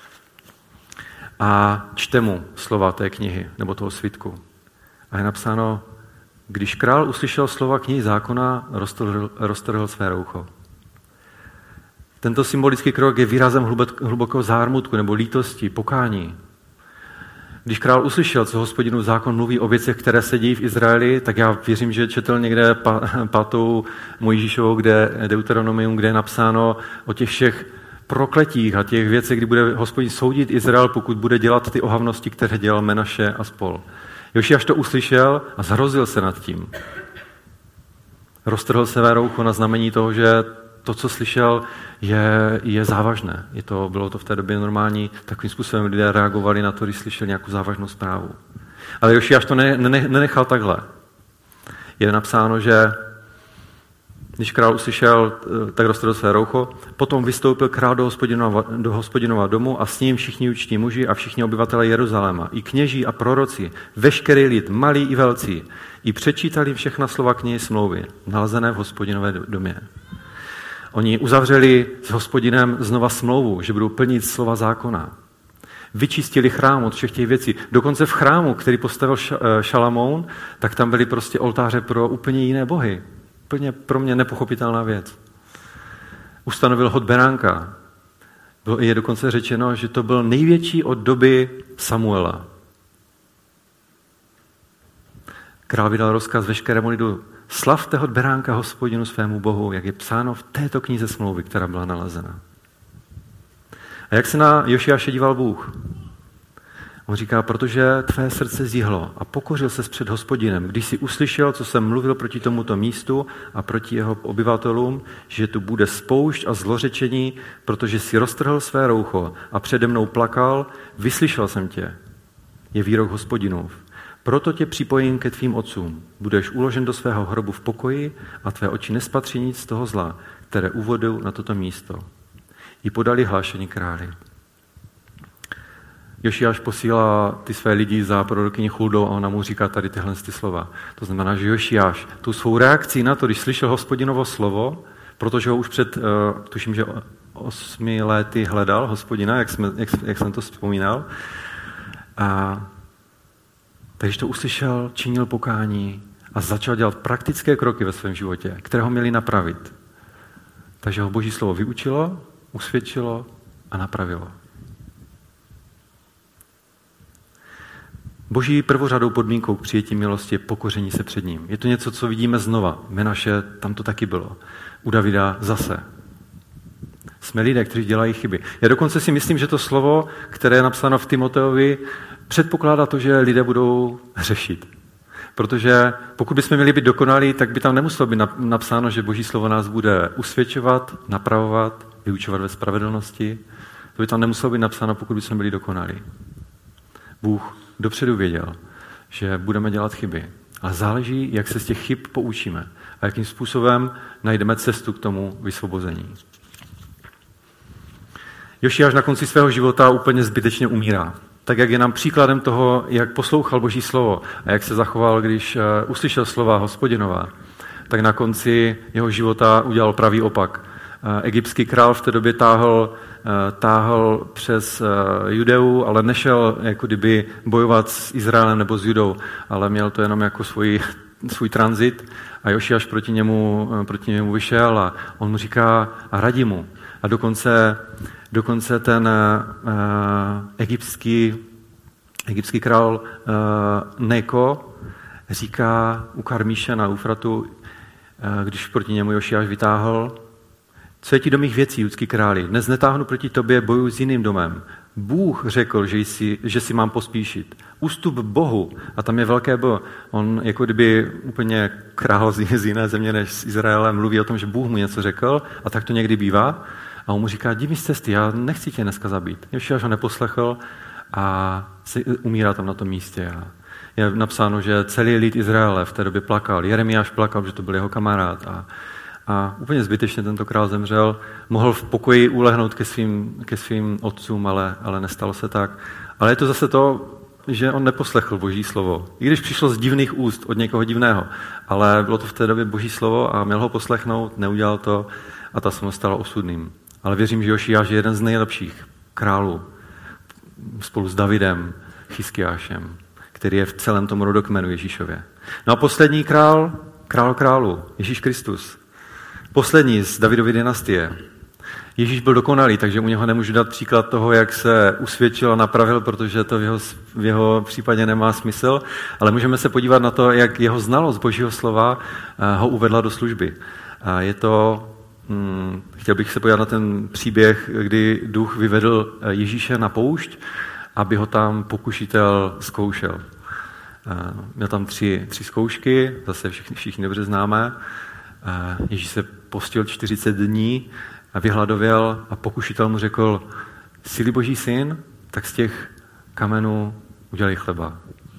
a čte mu slova té knihy, nebo toho svitku. A je napsáno, když král uslyšel slova knihy zákona, roztrhl, roztrhl své roucho. Tento symbolický krok je výrazem hlubokého zármutku nebo lítosti, pokání. Když král uslyšel, co Hospodinův zákon mluví o věcech, které se dějí v Izraeli, tak já věřím, že četl někde pátou Mojžíšovou, kde Deuteronomium, kde je napsáno o těch všech prokletích a těch věcech, kdy bude Hospodin soudit Izrael, pokud bude dělat ty ohavnosti, které dělal Menaše a spol. Jošiáš to uslyšel a zhrozil se nad tím. Roztrhl své roucho na znamení toho, že to, co slyšel, je, je závažné. Je to, bylo to v té době normální, takovým způsobem lidé reagovali na to, když slyšeli nějakou závažnou zprávu. Ale Jošiáš to ne, ne, nenechal takhle. Je napsáno, že když král uslyšel, tak roztrhl své roucho, potom vystoupil král do Hospodinova, do Hospodinova domu a s ním všichni učtí muži a všichni obyvatelé Jeruzaléma, i kněží a proroci, veškerý lid, malí i velcí, i přečítali všechna slova knihy smlouvy, nalezené v Hospodinové domě. Oni uzavřeli s Hospodinem znova smlouvu, že budou plnit slova zákona. Vyčistili chrám od všech těch věcí. Dokonce v chrámu, který postavil Šalamoun, tak tam byly prostě oltáře pro úplně jiné bohy. Úplně pro mě nepochopitelná věc. Ustanovil hod beránka. Je dokonce řečeno, že to byl největší od doby Samuela. Král vydal rozkaz veškerému lidu: slavte hod beránka Hospodinu svému Bohu, jak je psáno v této knize smlouvy, která byla nalezena. A jak se na Jošiáše díval Bůh? On říká, protože tvé srdce zjihlo a pokořil ses před Hospodinem, když jsi uslyšel, co jsem mluvil proti tomuto místu a proti jeho obyvatelům, že tu bude spoušť a zlořečení, protože jsi roztrhl své roucho a přede mnou plakal, vyslyšel jsem tě. Je výrok Hospodinův. Proto tě připojím ke tvým otcům. Budeš uložen do svého hrobu v pokoji a tvé oči nespatří nic z toho zla, které uvedou na toto místo. I podali hlášení králi. Jošiáš posílá ty své lidi za prorokyní Chuldou a ona mu říká tady tyhle ty slova. To znamená, že Jošiáš tu svou reakcí na to, když slyšel Hospodinovo slovo, protože ho už před, uh, tuším, že osmi lety hledal Hospodina, jak, jsme, jak, jak jsem to vzpomínal, a takže to uslyšel, činil pokání a začal dělat praktické kroky ve svém životě, které ho měly napravit. Takže ho Boží slovo vyučilo, usvědčilo a napravilo. Boží prvořadou podmínkou k přijetí milosti je pokoření se před ním. Je to něco, co vidíme znova. Menaše, tam to taky bylo. U Davida zase. Jsme lidé, kteří dělají chyby. Já dokonce si myslím, že to slovo, které je napsáno v Timoteovi, předpokládá to, že lidé budou hřešit. Protože pokud bychom měli být dokonalí, tak by tam nemuselo být napsáno, že Boží slovo nás bude usvědčovat, napravovat, vyučovat ve spravedlnosti. To by tam nemuselo být napsáno, pokud bychom byli dokonalí. Bůh dopředu věděl, že budeme dělat chyby. Ale záleží, jak se z těch chyb poučíme a jakým způsobem najdeme cestu k tomu vysvobození. Jošiáš na konci svého života úplně zbytečně umírá. Tak jak je nám příkladem toho, jak poslouchal Boží slovo a jak se zachoval, když uslyšel slova Hospodinova, tak na konci jeho života udělal pravý opak. Egyptský král v té době táhl, táhl přes Judeu, ale nešel jako kdyby bojovat s Izraelem nebo s Judou, ale měl to jenom jako svůj, svůj tranzit a Jošiáš proti němu, proti němu vyšel a on mu říká a radí mu. A dokonce, dokonce ten uh, egyptský, egyptský král uh, Neko říká u Karmíše na Eufratu, uh, když proti němu Jošiáš vytáhl: co je ti do mých věcí, judský králi? Dnes netáhnu proti tobě, bojuji s jiným domem. Bůh řekl, že si, že si mám pospíšit. Ústup Bohu, a tam je velké bo. On jako kdyby úplně král z jiné země než z Izraele mluví o tom, že Bůh mu něco řekl, a tak to někdy bývá. A on mu říká, jdi mi z cesty, já nechci tě dneska zabít. Jošiáš ho neposlechl a umírá tam na tom místě. A je napsáno, že celý lid Izraele v té době plakal. Jeremiáš plakal, že to byl jeho kamarád. A A úplně zbytečně tento král zemřel. Mohl v pokoji ulehnout ke svým, ke svým otcům, ale, ale nestalo se tak. Ale je to zase to, že on neposlechl Boží slovo. I když přišlo z divných úst od někoho divného. Ale bylo to v té době Boží slovo a měl ho poslechnout, neudělal to a ta se mu stala osudným. Ale věřím, že Jošiáš je jeden z nejlepších králů spolu s Davidem, Chiskiášem, který je v celém tom rodokmenu Ježíšově. No a poslední král, král králu, Ježíš Kristus. Poslední z Davidovy dynastie. Ježíš byl dokonalý, takže u něho nemůžu dát příklad toho, jak se usvědčil a napravil, protože to v jeho, v jeho případě nemá smysl, ale můžeme se podívat na to, jak jeho znalost Božího slova ho uvedla do služby. A je to, hm, chtěl bych se podívat na ten příběh, kdy duch vyvedl Ježíše na poušť, aby ho tam pokušitel zkoušel. Měl tam tři, tři zkoušky, zase všichni, všichni dobře známe. Ježíš se postil čtyřicet dní a vyhladověl a pokušitel mu řekl, jsi-li Boží syn, tak z těch kamenů udělej chleba.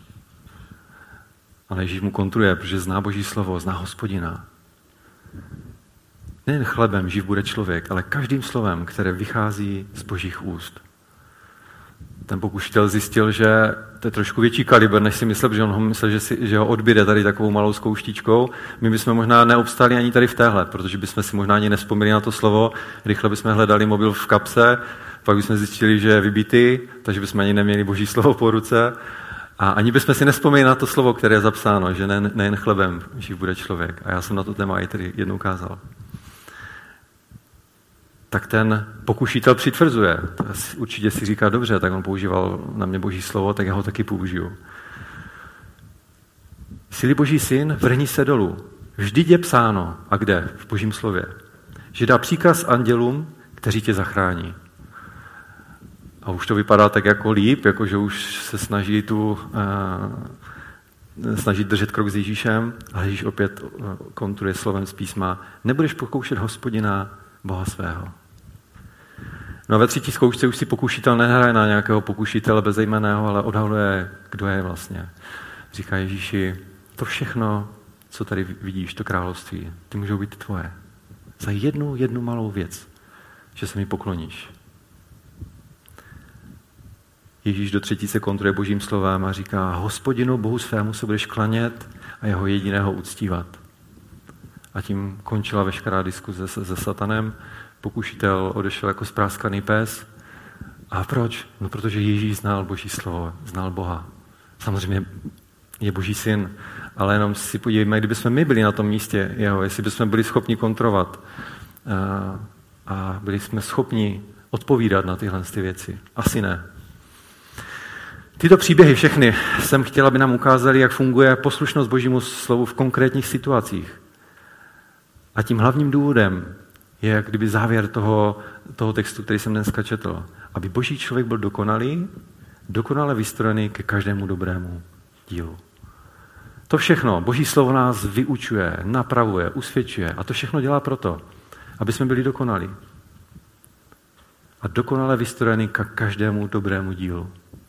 Ale Ježíš mu kontruje, protože zná Boží slovo, zná Hospodina. Nejen chlebem živ bude člověk, ale každým slovem, které vychází z Božích úst. Ten pokušitel zjistil, že to je trošku větší kalibr, než si myslel, že on ho myslel, že, si, že ho odbyde tady takovou malou zkouštičkou. My bychom možná neobstáli ani tady v téhle, protože bychom si možná ani nespomněli na to slovo, rychle bychom hledali mobil v kapse, pak bychom zjistili, že je vybitý, takže bychom ani neměli Boží slovo po ruce. A ani bychom si nespomněli na to slovo, které je zapsáno, že nejen, nejen chlebem živ bude člověk. A já jsem na to téma i tady jednou ukázal. Tak ten pokušitel přitvrzuje. Určitě si říká, dobře, tak on používal na mě Boží slovo, tak já ho taky použiju. Jsi-li Boží syn, vrhni se dolů. Vždyť je psáno, a kde? V Božím slově. Že dá příkaz andělům, kteří tě zachrání. A už to vypadá tak jako líp, jako že už se snaží tu uh, snaží držet krok s Ježíšem, ale Ježíš opět konturuje slovem z písma. Nebudeš pokoušet Hospodina, Boha svého. No a ve třetí zkoušce už si pokušitel nehraje na nějakého pokušitele bezejmenného, ale odhaluje, kdo je vlastně. Říká Ježíši, to všechno, co tady vidíš, to království, ty můžou být tvoje. Za jednu, jednu malou věc, že se mi pokloníš. Ježíš do třetíce kontruje Božím slovem a říká, Hospodinu Bohu svému se budeš klanět a jeho jediného uctívat. A tím končila veškerá diskuze se, se satanem. Pokušitel odešel jako spráskaný pes. A proč? No protože Ježíš znal Boží slovo, znal Boha. Samozřejmě je Boží syn, ale jenom si podívejme, kdyby jsme my byli na tom místě jeho, jestli bychom byli schopni kontrolovat a, a byli jsme schopni odpovídat na tyhle ty věci. Asi ne. Tyto příběhy všechny jsem chtěl, aby nám ukázali, jak funguje poslušnost Božímu slovu v konkrétních situacích. A tím hlavním důvodem je jak kdyby závěr toho, toho textu, který jsem dneska četl. Aby Boží člověk byl dokonalý, dokonale vystrojený ke každému dobrému dílu. To všechno, Boží slovo nás vyučuje, napravuje, usvědčuje a to všechno dělá proto, aby jsme byli dokonalí. A dokonale vystrojený ke každému dobrému dílu.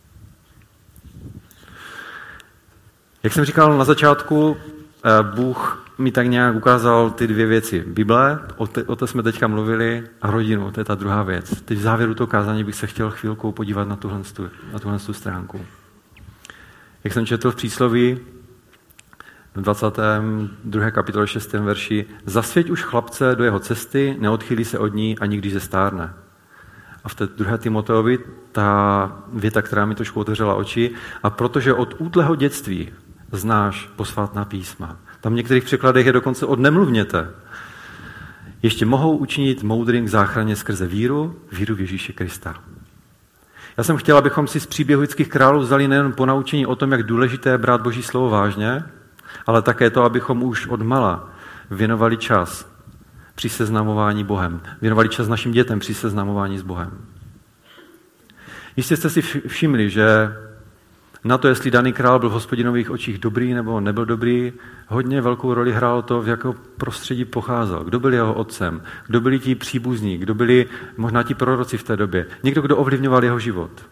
Jak jsem říkal na začátku, Bůh mi tak nějak ukázal ty dvě věci. Bible, o té, o té jsme teďka mluvili, a rodinu, to je ta druhá věc. Teď v závěru toho kázání bych se chtěl chvilkou podívat na tuhle, na tuhle stránku. Jak jsem četl v přísloví v dvacáté druhé kapitole šestém verši, zasvěť už chlapce do jeho cesty, neodchýlí se od ní ani když se stárne. A v té druhé Timoteovi ta věta, která mi trošku otevřela oči, a protože od útlého dětství znáš posvátná písma. Tam v některých překladech je dokonce od nemluvněte. Ještě mohou učinit moudrým k záchraně skrze víru, víru v Ježíše Krista. Já jsem chtěl, abychom si z příběhu lidských králů vzali nejen ponaučení o tom, jak důležité je brát Boží slovo vážně, ale také to, abychom už od mala věnovali čas při seznamování Bohem. Věnovali čas našim dětem při seznamování s Bohem. Jistě jste si všimli, že na to, jestli daný král byl v Hospodinových očích dobrý nebo nebyl dobrý, hodně velkou roli hrálo to, v jakého prostředí pocházel. Kdo byl jeho otcem, kdo byli ti příbuzní, kdo byli možná ti proroci v té době. Někdo, kdo ovlivňoval jeho život.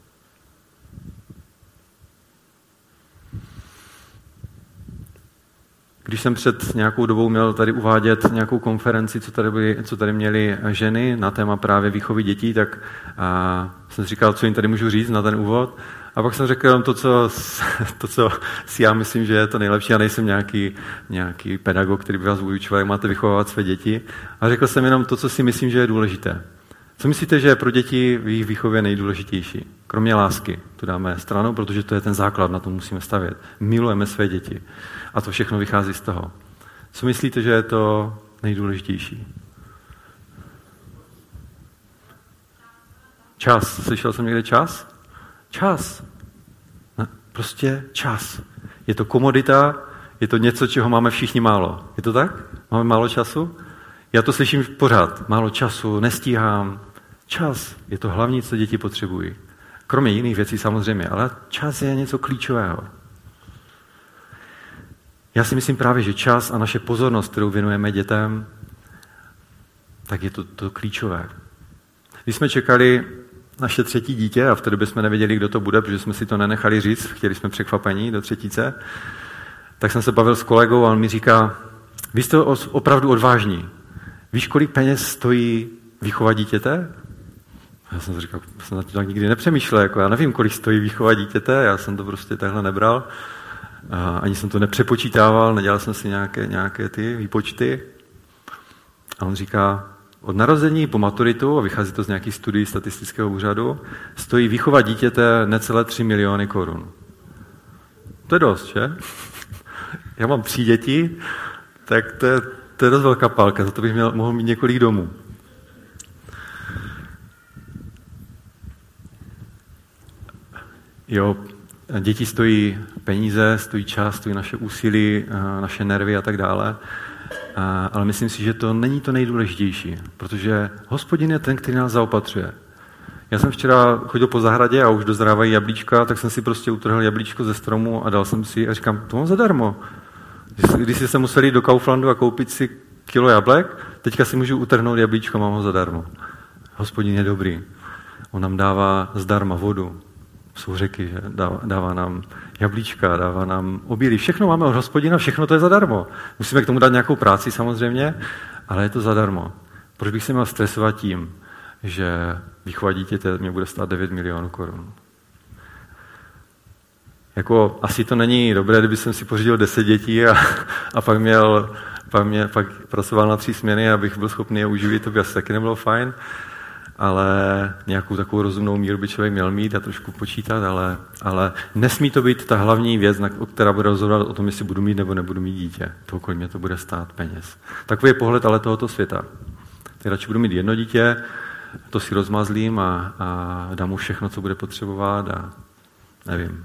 Když jsem před nějakou dobou měl tady uvádět nějakou konferenci, co tady, byly, co tady měly ženy na téma právě výchovy dětí, tak a, jsem si říkal, co jim tady můžu říct na ten úvod. A pak jsem řekl jenom to, co, to, co si já myslím, že je to nejlepší. Já nejsem nějaký, nějaký pedagog, který by vás vyučoval, jak máte vychovávat své děti. A řekl jsem jenom to, co si myslím, že je důležité. Co myslíte, že je pro děti v jejich výchově nejdůležitější? Kromě lásky. To dáme stranou, protože to je ten základ, na to musíme stavět. Milujeme své děti. A to všechno vychází z toho. Co myslíte, že je to nejdůležitější? Čas. Slyšel jsem někde čas? Čas. No, prostě čas. Je to komodita, je to něco, čeho máme všichni málo. Je to tak? Máme málo času? Já to slyším pořád. Málo času, nestíhám. Čas je to hlavní, co děti potřebují. Kromě jiných věcí samozřejmě, ale čas je něco klíčového. Já si myslím právě, že čas a naše pozornost, kterou věnujeme dětem, tak je to, to klíčové. Když jsme čekali naše třetí dítě, a v té době jsme nevěděli, kdo to bude, protože jsme si to nenechali říct, chtěli jsme překvapení do třetíce, tak jsem se bavil s kolegou a on mi říká, vy jste opravdu odvážní. Víš, kolik peněz stojí výchova dítěte? Já jsem si říkal, jsem na to tak nikdy nepřemýšlel, jako já nevím, kolik stojí výchova dítěte, já jsem to prostě takhle nebral, a ani jsem to nepřepočítával, nedělal jsem si nějaké, nějaké ty výpočty. A on říká, od narození po maturitu, a vychází to z nějakých studií statistického úřadu, stojí výchova dítěte necelé tři miliony korun. To je dost, že? Já mám tři děti, tak to je, to je dost velká pálka, za to bych měl, mohl mít několik domů. Jo, Děti stojí peníze, stojí čas, stojí naše úsilí, naše nervy a tak dále. Ale myslím si, že to není to nejdůležitější, protože Hospodin je ten, který nás zaopatřuje. Já jsem včera chodil po zahradě a už dozrávají jablíčka, tak jsem si prostě utrhl jablíčko ze stromu a dal jsem si a říkám, to mám zadarmo. Když si se museli do Kauflandu a koupit si kilo jablek, teďka si můžu utrhnout jablíčko, mám ho zadarmo. Hospodin je dobrý. On nám dává zdarma vodu. Jsou řeky, že dává, dává nám jablíčka, dává nám obilí. Všechno máme od Hospodina, všechno to je zadarmo. Musíme k tomu dát nějakou práci samozřejmě, ale je to zadarmo. Proč bych se měl stresovat tím, že výchova dítěte mě bude stát devět milionů korun? Jako, asi to není dobré, kdyby jsem si pořídil deset dětí a, a pak, měl, pak, mě, pak pracoval na tři směny, abych byl schopný je uživit, to by asi taky nebylo fajn. Ale nějakou takovou rozumnou míru by člověk měl mít a trošku počítat, ale, ale nesmí to být ta hlavní věc, na, která bude rozhodovat o tom, jestli budu mít nebo nebudu mít dítě. To, kolik mě to bude stát peněz. Takový je pohled ale tohoto světa. Teď radši budu mít jedno dítě, to si rozmazlím a, a dám mu všechno, co bude potřebovat a nevím.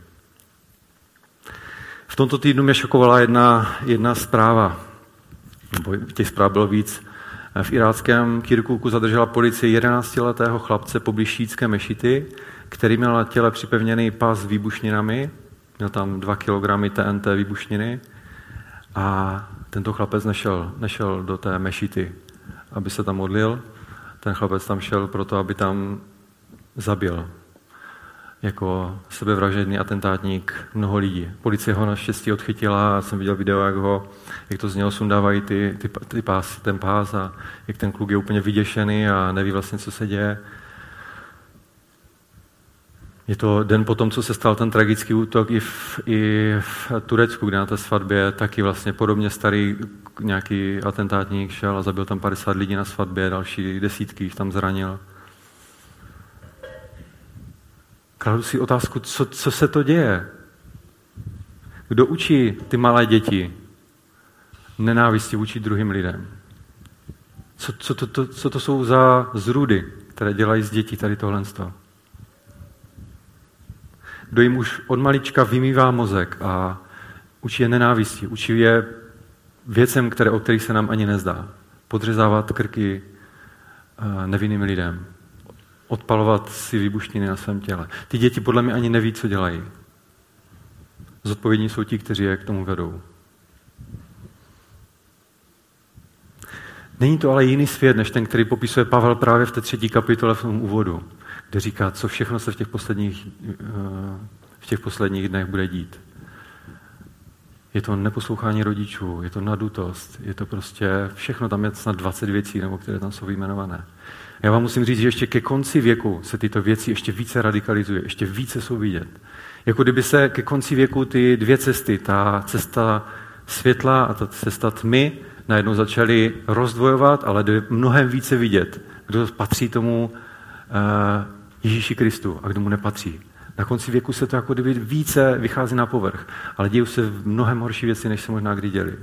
V tomto týdnu mě šokovala jedna, jedna zpráva, nebo těch zpráv bylo víc. V iráckém Kirkuku zadržela policie jedenáctiletého chlapce poblíž šítské mešity, který měl na těle připevněný pás s výbušninami, měl tam dva kilogramy T N T výbušniny a tento chlapec nešel, nešel do té mešity, aby se tam modlil. Ten chlapec tam šel proto, aby tam zabil jako sebevražedný atentátník mnoho lidí. Policie ho naštěstí odchytila a jsem viděl video, jak, ho, jak to z něho sundávají ty, ty, ty pás, ten pás a jak ten kluk je úplně vyděšený a neví vlastně, co se děje. Je to den potom, co se stal ten tragický útok i v, i v Turecku, kde na té svatbě taky vlastně podobně starý nějaký atentátník šel a zabil tam padesát lidí na svatbě, další desítky jich tam zranil. Kladu si otázku, co, co se to děje? Kdo učí ty malé děti nenávisti vůči druhým lidem? Co, co, to, to, co to jsou za zrůdy, které dělají z dětí tady tohle? Kdo jim už od malička vymývá mozek a učí je nenávisti, učí je věcem, které, o kterých se nám ani nezdá. Podřezávat krky nevinným lidem. Odpalovat si výbušniny na svém těle. Ty děti podle mě ani neví, co dělají. Zodpovědní jsou ti, kteří je k tomu vedou. Není to ale jiný svět, než ten, který popisuje Pavel právě v té třetí kapitole v tom úvodu, kde říká, co všechno se v těch posledních, v těch posledních dnech bude dít. Je to neposlouchání rodičů, je to nadutost, je to prostě všechno, tam je snad dvacet věcí, nebo které tam jsou vyjmenované. Já vám musím říct, že ještě ke konci věku se tyto věci ještě více radikalizují, ještě více jsou vidět. Jako kdyby se ke konci věku ty dvě cesty, ta cesta světla a ta cesta tmy, najednou začaly rozdvojovat, ale jde mnohem více vidět, kdo patří tomu uh, Ježíši Kristu a kdo mu nepatří. Na konci věku se to jako kdyby více vychází na povrch, ale dějí se v mnohem horší věci, než se možná kdy děli.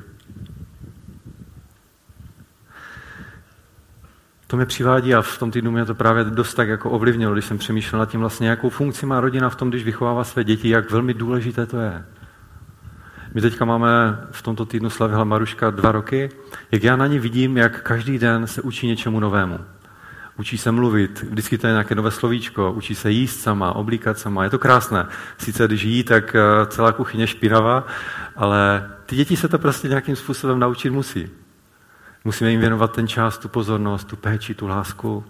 To mě přivádí a v tom týdnu mě to právě dost tak jako ovlivnilo, když jsem přemýšlel nad tím vlastně, jakou funkci má rodina v tom, když vychovává své děti, jak velmi důležité to je. My teďka máme v tomto týdnu slavila Maruška dva roky, jak já na ní vidím, jak každý den se učí něčemu novému. Učí se mluvit, vždycky to je nějaké nové slovíčko, učí se jíst sama, oblíkat sama, je to krásné. Sice když jí, tak celá kuchyně špinavá, ale ty děti se to prostě nějakým způsobem naučit musí. Musíme jim věnovat ten čas, tu pozornost, tu péči, tu lásku.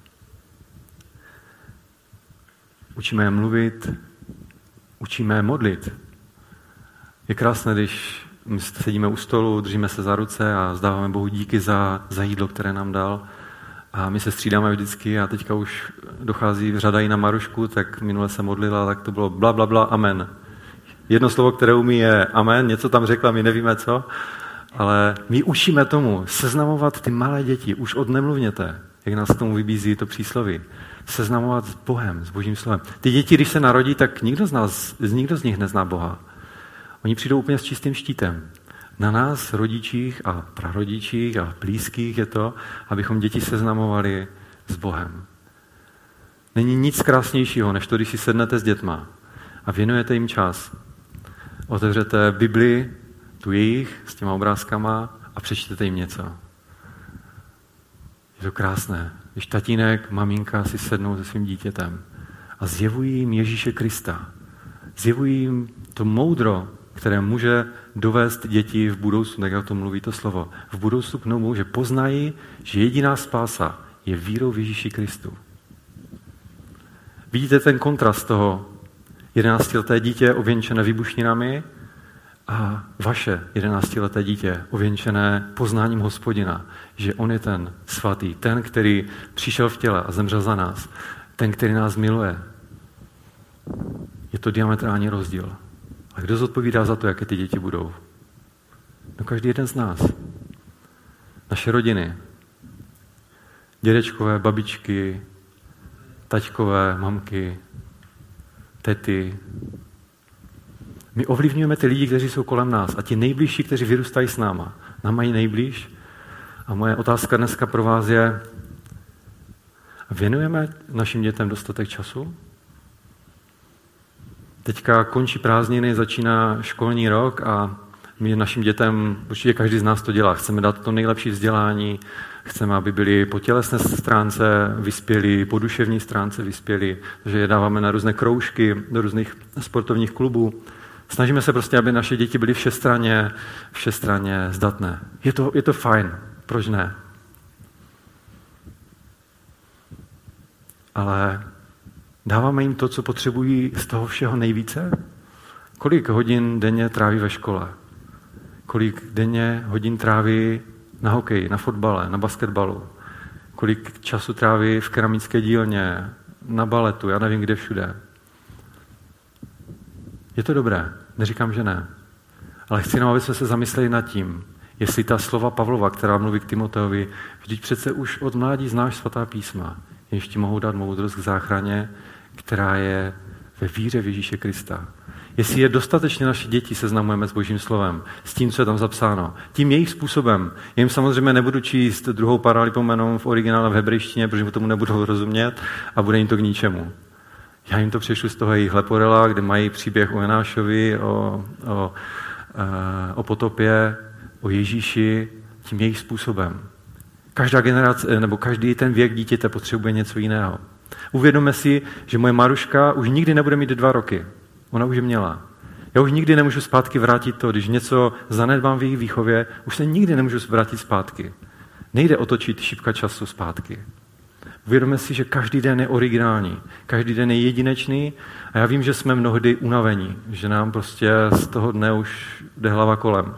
Učíme je mluvit, učíme je modlit. Je krásné, když my sedíme u stolu, držíme se za ruce a vzdáváme Bohu díky za, za jídlo, které nám dal. A my se střídáme vždycky a teďka už dochází řada i na Marušku, tak minule se modlila, tak to bylo bla, bla, bla, amen. Jedno slovo, které umí, je amen, něco tam řekla, my nevíme co, ale my učíme tomu seznamovat ty malé děti, už od nemluvněte, jak nás k tomu vybízí to přísloví. Seznamovat s Bohem, s Božím slovem. Ty děti, když se narodí, tak nikdo z nás, nikdo z nich nezná Boha. Oni přijdou úplně s čistým štítem. Na nás, rodičích a prarodičích a blízkých je to, abychom děti seznamovali s Bohem. Není nic krásnějšího, než to, když si sednete s dětma a věnujete jim čas. Otevřete Bibli, tu jejich, s těma obrázkama a přečtete jim něco. Je to krásné, když tatínek, maminka si sednou se svým dítětem a zjevují jim Ježíše Krista. Zjevují jim to moudro, které může dovést děti v budoucnu, tak jak to mluví to slovo, v budoucnu k tomu, že poznají, že jediná spása je vírou v Ježíši Kristu. Vidíte ten kontrast toho jedenáctileté dítě ověnčené výbušninami a vaše jedenáctileté dítě ověnčené poznáním Hospodina, že on je ten svatý, ten, který přišel v těle a zemřel za nás, ten, který nás miluje. Je to diametrální rozdíl. A kdo zodpovídá za to, jaké ty děti budou? No každý jeden z nás. Naše rodiny. Dědečkové, babičky, taťkové, mamky, tety. My ovlivňujeme ty lidi, kteří jsou kolem nás a ti nejbližší, kteří vyrůstají s náma. Nám mají nejblíž. A moje otázka dneska pro vás je, věnujeme našim dětem dostatek času? Teďka končí prázdniny, začíná školní rok a my našim dětem, určitě každý z nás to dělá, chceme dát to nejlepší vzdělání, chceme, aby byli po tělesné stránce vyspělí, po duševní stránce vyspělí, takže je dáváme na různé kroužky, do různých sportovních klubů. Snažíme se prostě, aby naše děti byly všestranně, všestranně zdatné. Je to, je to fajn, proč ne? Ale dáváme jim to, co potřebují z toho všeho nejvíce? Kolik hodin denně tráví ve škole? Kolik denně hodin tráví na hokeji, na fotbale, na basketbalu? Kolik času tráví v keramické dílně, na baletu, já nevím kde všude? Je to dobré, neříkám, že ne. Ale chci nám, aby jsme se zamysleli nad tím, jestli ta slova Pavlova, která mluví k Timoteovi, vždyť přece už od mládí znáš svatá písma, jenž ti mohou dát moudrost k záchraně, která je ve víře v Ježíše Krista. Jestli je dostatečně naše děti seznamujeme s Božím slovem, s tím, co je tam zapsáno, tím jejich způsobem. Já jim samozřejmě nebudu číst druhou paralipomenon v originále v hebrejštině, protože tomu nebudou rozumět a bude jim to k ničemu. Já jim to přešlu z toho jejich leporela, kde mají příběh o Jonášovi, o, o, o potopě, o Ježíši, tím jejich způsobem. Každá generace, nebo každý ten věk dítěte potřebuje něco jiného. Uvědomme si, že moje Maruška už nikdy nebude mít dva roky. Ona už je měla. Já už nikdy nemůžu zpátky vrátit to, když něco zanedbám v její výchově, už se nikdy nemůžu vrátit zpátky. Nejde otočit šipka času zpátky. Uvědomme si, že každý den je originální, každý den je jedinečný a já vím, že jsme mnohdy unavení, že nám prostě z toho dne už jde hlava kolem.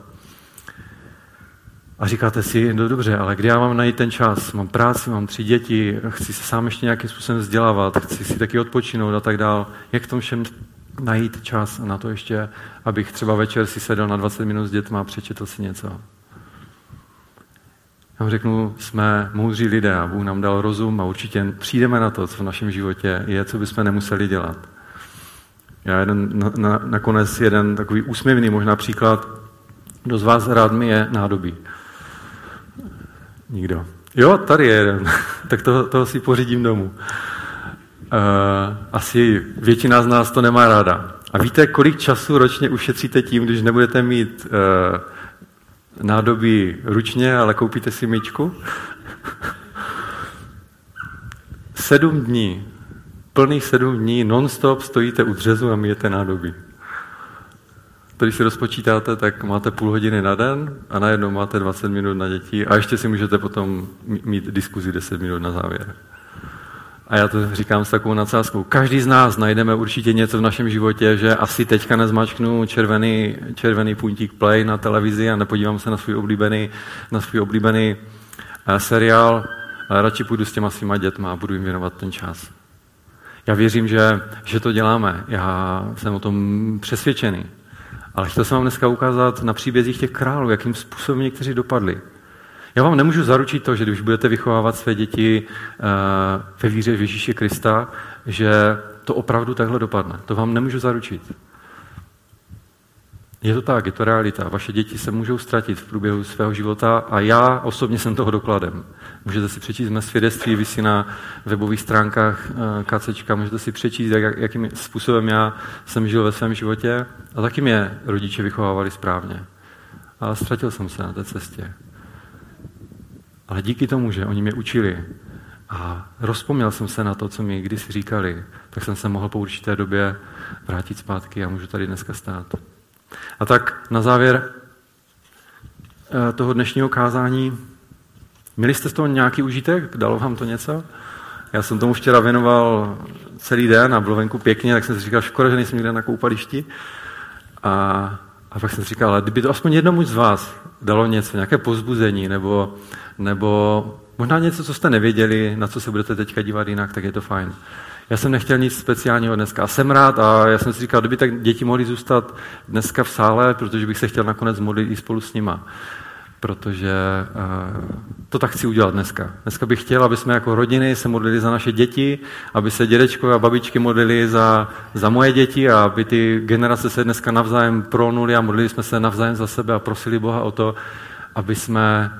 A říkáte si, no dobře, ale kde já mám najít ten čas? Mám práci, mám tři děti, chci se sám ještě nějakým způsobem vzdělávat, chci si taky odpočinout a tak dál. Jak v tom všem najít čas na to ještě, abych třeba večer si sedl na dvacet minut s dětma a přečetl si něco? Já vám řeknu, jsme moudří lidé a Bůh nám dal rozum a určitě přijdeme na to, co v našem životě je, co bychom nemuseli dělat. Já jeden, na, na, nakonec jeden takový úsměvný možná příklad, kdo z vás rád myje nádobí? Nikdo. Jo, tady je jeden. Tak toho, toho si pořídím domů. Uh, asi většina z nás to nemá ráda. A víte, kolik času ročně ušetříte tím, když nebudete mít uh, nádobí ručně, ale koupíte si myčku? Sedm dní. Plných sedm dní non-stop stojíte u dřezu a myjete nádobí. To, když si rozpočítáte, tak máte půl hodiny na den a najednou máte dvacet minut na děti a ještě si můžete potom mít diskuzi deset minut na závěr. A já to říkám s takovou nadsázkou. Každý z nás najdeme určitě něco v našem životě, že asi teďka nezmačknu červený, červený puntík play na televizi a nepodívám se na svůj oblíbený, na svůj oblíbený uh, seriál, ale radši půjdu s těma svýma dětma a budu jim věnovat ten čas. Já věřím, že, že to děláme. Já jsem o tom přesvědčený. Ale chtěl jsem vám dneska ukázat na příbězích těch králů, jakým způsobem někteří dopadli. Já vám nemůžu zaručit to, že když budete vychovávat své děti uh, ve víře v Ježíše Krista, že to opravdu takhle dopadne. To vám nemůžu zaručit. Je to tak, je to realita. Vaše děti se můžou ztratit v průběhu svého života a já osobně jsem toho dokladem. Můžete si přečíst mé svědectví, visí na webových stránkách KCčka, můžete si přečíst, jak, jakým způsobem já jsem žil ve svém životě a taky mě rodiče vychovávali správně. Ale ztratil jsem se na té cestě. Ale díky tomu, že oni mě učili a rozpomněl jsem se na to, co mi kdysi říkali, tak jsem se mohl po určité době vrátit zpátky a můžu tady dneska stát. A tak na závěr toho dnešního kázání, měli jste z toho nějaký užitek? Dalo vám to něco? Já jsem tomu včera věnoval celý den a bylo venku pěkně, tak jsem si říkal, škoda, že nejsem někde na koupališti. A, a pak jsem si říkal, ale kdyby to aspoň jednomu z vás dalo něco, nějaké povzbuzení, nebo, nebo možná něco, co jste nevěděli, na co se budete teďka dívat jinak, tak je to fajn. Já jsem nechtěl nic speciálního dneska. Jsem rád a já jsem si říkal, kdyby tak děti mohly zůstat dneska v sále, protože bych se chtěl nakonec modlit i spolu s nima. Protože uh, to tak chci udělat dneska. Dneska bych chtěl, aby jsme jako rodiny se modlili za naše děti, aby se dědečko a babičky modlili za, za moje děti a aby ty generace se dneska navzájem prolnuli a modlili jsme se navzájem za sebe a prosili Boha o to, aby jsme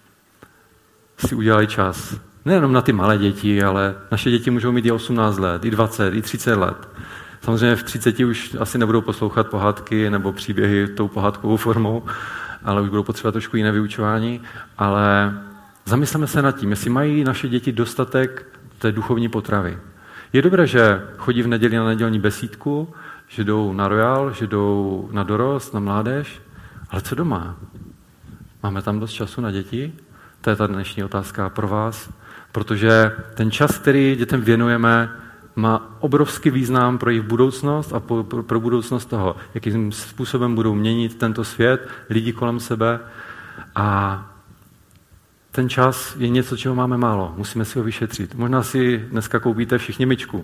si udělali čas. Nejenom na ty malé děti, ale naše děti můžou mít i osmnáct let, i dvacet, i třicet let. Samozřejmě v třiceti už asi nebudou poslouchat pohádky nebo příběhy tou pohádkovou formou, ale už budou potřebovat trošku jiné vyučování. Ale zamysleme se nad tím, jestli mají naše děti dostatek té duchovní potravy. Je dobré, že chodí v neděli na nedělní besídku, že jdou na Royal, že jdou na dorost, na mládež, ale co doma? Máme tam dost času na děti? To je ta dnešní otázka pro vás. Protože ten čas, který dětem věnujeme, má obrovský význam pro jejich budoucnost a pro, pro budoucnost toho, jakým způsobem budou měnit tento svět, lidi kolem sebe. A ten čas je něco, čeho máme málo. Musíme si ho vyšetřit. Možná si dneska koupíte všichni myčku.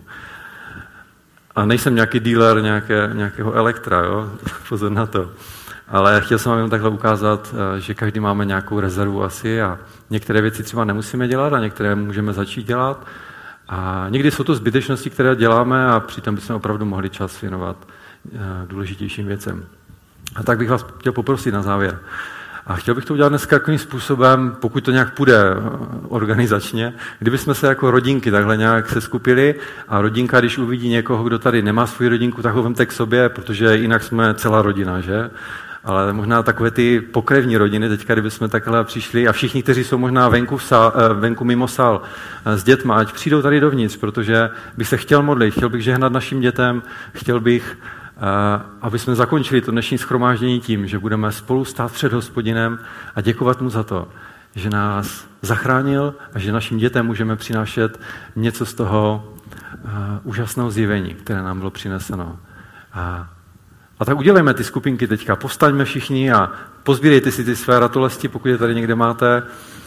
A nejsem nějaký dealer nějaké, nějakého elektra, jo? Pozor na to. Ale chtěl jsem vám jenom takhle ukázat, že každý máme nějakou rezervu asi a některé věci třeba nemusíme dělat a některé můžeme začít dělat. A někdy jsou to zbytečnosti, které děláme a přitom bychom opravdu mohli čas věnovat důležitějším věcem. A tak bych vás chtěl poprosit na závěr. A chtěl bych to udělat dneska takovým způsobem, pokud to nějak půjde organizačně, kdybychom se jako rodinky takhle nějak seskupili a rodinka, když uvidí někoho, kdo tady nemá svou rodinku, tak ho vemte k sobě, protože jinak jsme celá rodina, že? Ale možná takové ty pokrevní rodiny, teďka kdybychom takhle přišli a všichni, kteří jsou možná venku, v sál, venku mimo sál s dětma, ať přijdou tady dovnitř, protože bych se chtěl modlit, chtěl bych žehnat našim dětem, chtěl bych, aby jsme zakončili to dnešní shromáždění tím, že budeme spolu stát před Hospodinem a děkovat mu za to, že nás zachránil a že našim dětem můžeme přinášet něco z toho úžasného zjevení, které nám bylo přineseno. A A tak udělejme ty skupinky teďka. Povstaňme všichni a pozbírejte si ty své ratolesti, pokud je tady někde máte.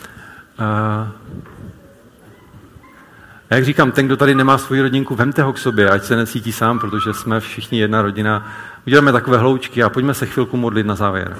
A jak říkám, ten, kdo tady nemá svou rodinku, vemte ho k sobě, ať se necítí sám, protože jsme všichni jedna rodina. Uděláme takové hloučky a pojďme se chvilku modlit na závěr.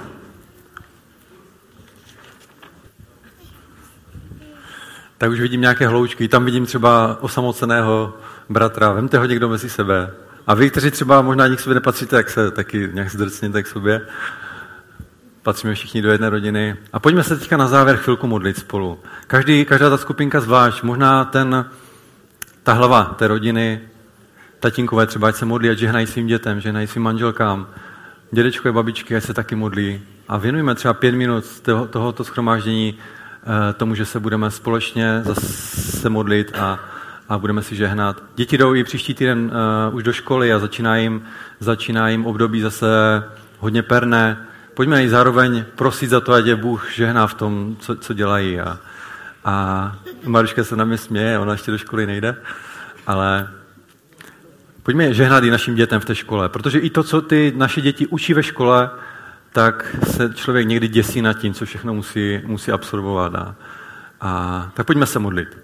Tak už vidím nějaké hloučky. Tam vidím třeba osamoceného bratra. Vemte ho někdo mezi sebe. A vy, kteří třeba možná nikdy k sobě nepatříte, jak se taky nějak zdrcněte k sobě. Patříme všichni do jedné rodiny. A pojďme se teďka na závěr chvilku modlit spolu. Každý, každá ta skupinka zvlášť. Možná ten, ta hlava té rodiny, tatínkové třeba, ať se modlí, ať žehnají svým dětem, žehnají svým manželkám. Dědečkové, babičky, ať se taky modlí. A věnujeme třeba pět minut toho, tohoto shromáždění tomu, že se budeme společně zase modlit a a budeme si žehnat. Děti jdou i příští týden uh, už do školy a začíná jim, začíná jim období zase hodně perné. Pojďme i zároveň prosit za to, ať je Bůh žehná v tom, co, co dělají. A, a Maruška se na mě směje, ona ještě do školy nejde, ale pojďme žehnat i našim dětem v té škole, protože i to, co ty naše děti učí ve škole, tak se člověk někdy děsí nad tím, co všechno musí, musí absolvovat. A, a tak pojďme se modlit.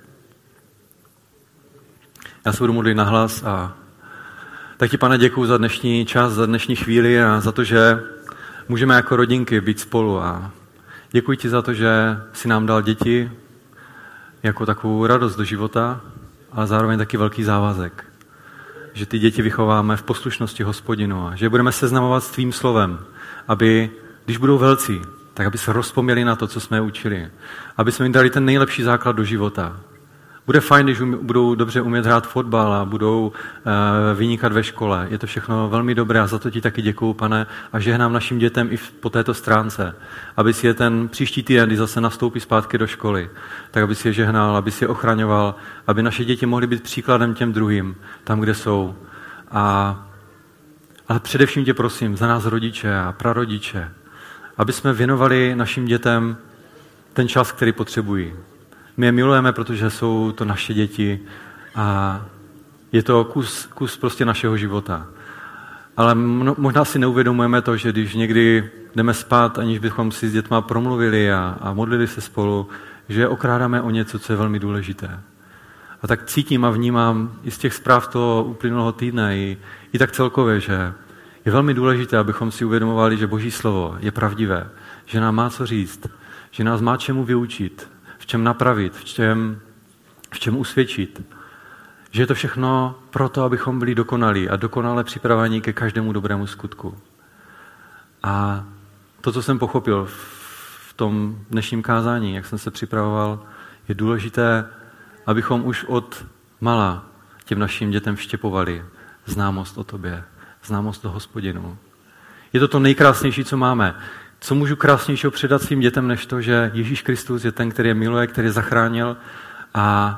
Já se budu modlit nahlas a tak ti, Pane, děkuju za dnešní čas, za dnešní chvíli a za to, že můžeme jako rodinky být spolu. A děkuji ti za to, že jsi nám dal děti jako takovou radost do života, ale zároveň taky velký závazek. že ty děti vychováme v poslušnosti Hospodinu a že budeme seznamovat s tvým slovem, aby, když budou velcí, tak aby se rozpomněli na to, co jsme je učili. Aby jsme jim dali ten nejlepší základ do života. Bude fajn, když budou dobře umět hrát fotbal a budou uh, vynikat ve škole. Je to všechno velmi dobré a za to ti taky děkuju, Pane, a žehnám našim dětem i po této stránce. Aby si je ten příští týden, kdy zase nastoupí zpátky do školy, tak aby si je žehnal, aby si je ochraňoval, aby naše děti mohly být příkladem těm druhým, tam, kde jsou. A, ale především tě prosím za nás rodiče a prarodiče, aby jsme věnovali našim dětem ten čas, který potřebují. My je milujeme, protože jsou to naše děti a je to kus, kus prostě našeho života. Ale možná si neuvědomujeme to, že když někdy jdeme spát, aniž bychom si s dětma promluvili a, a modlili se spolu, že okrádáme o něco, co je velmi důležité. A tak cítím a vnímám i z těch zpráv toho uplynulého týdne, i, i tak celkově, že je velmi důležité, abychom si uvědomovali, že Boží slovo je pravdivé, že nám má co říct, že nás má čemu vyučit, v čem napravit, v čem, v čem usvědčit. Že je to všechno proto, abychom byli dokonalí a dokonale připraveni ke každému dobrému skutku. A to, co jsem pochopil v tom dnešním kázání, jak jsem se připravoval, je důležité, abychom už od mala těm našim dětem vštěpovali známost o tobě, známost o Hospodinu. Je to to nejkrásnější, co máme. Co můžu krásnějšího předat svým dětem, než to, že Ježíš Kristus je ten, který je miluje, který je zachránil a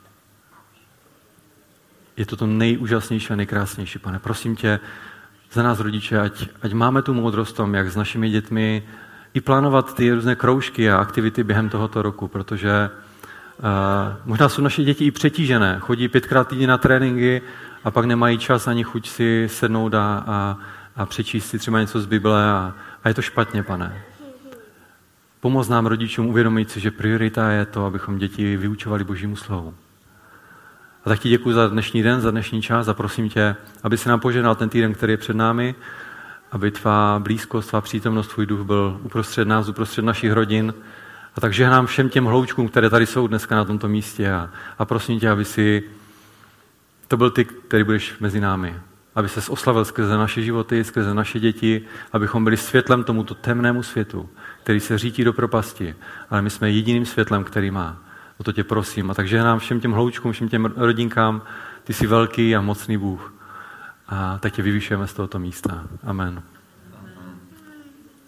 je to to nejúžasnější a nejkrásnější. Pane, prosím tě za nás rodiče, ať, ať máme tu moudrost tom, jak s našimi dětmi i plánovat ty různé kroužky a aktivity během tohoto roku, protože uh, možná jsou naše děti i přetížené, chodí pětkrát týdně na tréninky a pak nemají čas ani chuť si sednout a, a, a přečíst si třeba něco z Bible a, a je to špatně, Pane. Pomoz nám rodičům uvědomit si, že priorita je to, abychom děti vyučovali Božímu slovu. A tak ti děkuji za dnešní den, za dnešní čas a prosím tě, aby se nám požehnal ten týden, který je před námi, aby tvá blízkost, tvá přítomnost, tvůj duch byl uprostřed nás, uprostřed našich rodin. A tak žehnám všem těm hloučkům, které tady jsou dneska na tomto místě a, a prosím tě, aby si to byl ty, který budeš mezi námi. Aby ses oslavil skrze naše životy, skrze naše děti, abychom byli světlem tomuto temnému světu, který se řítí do propasti, ale my jsme jediným světlem, který má. O to tě prosím. A takže nám všem těm hloučkům, všem těm rodinkám, ty jsi velký a mocný Bůh. A tak tě vyvyšujeme z tohoto místa. Amen.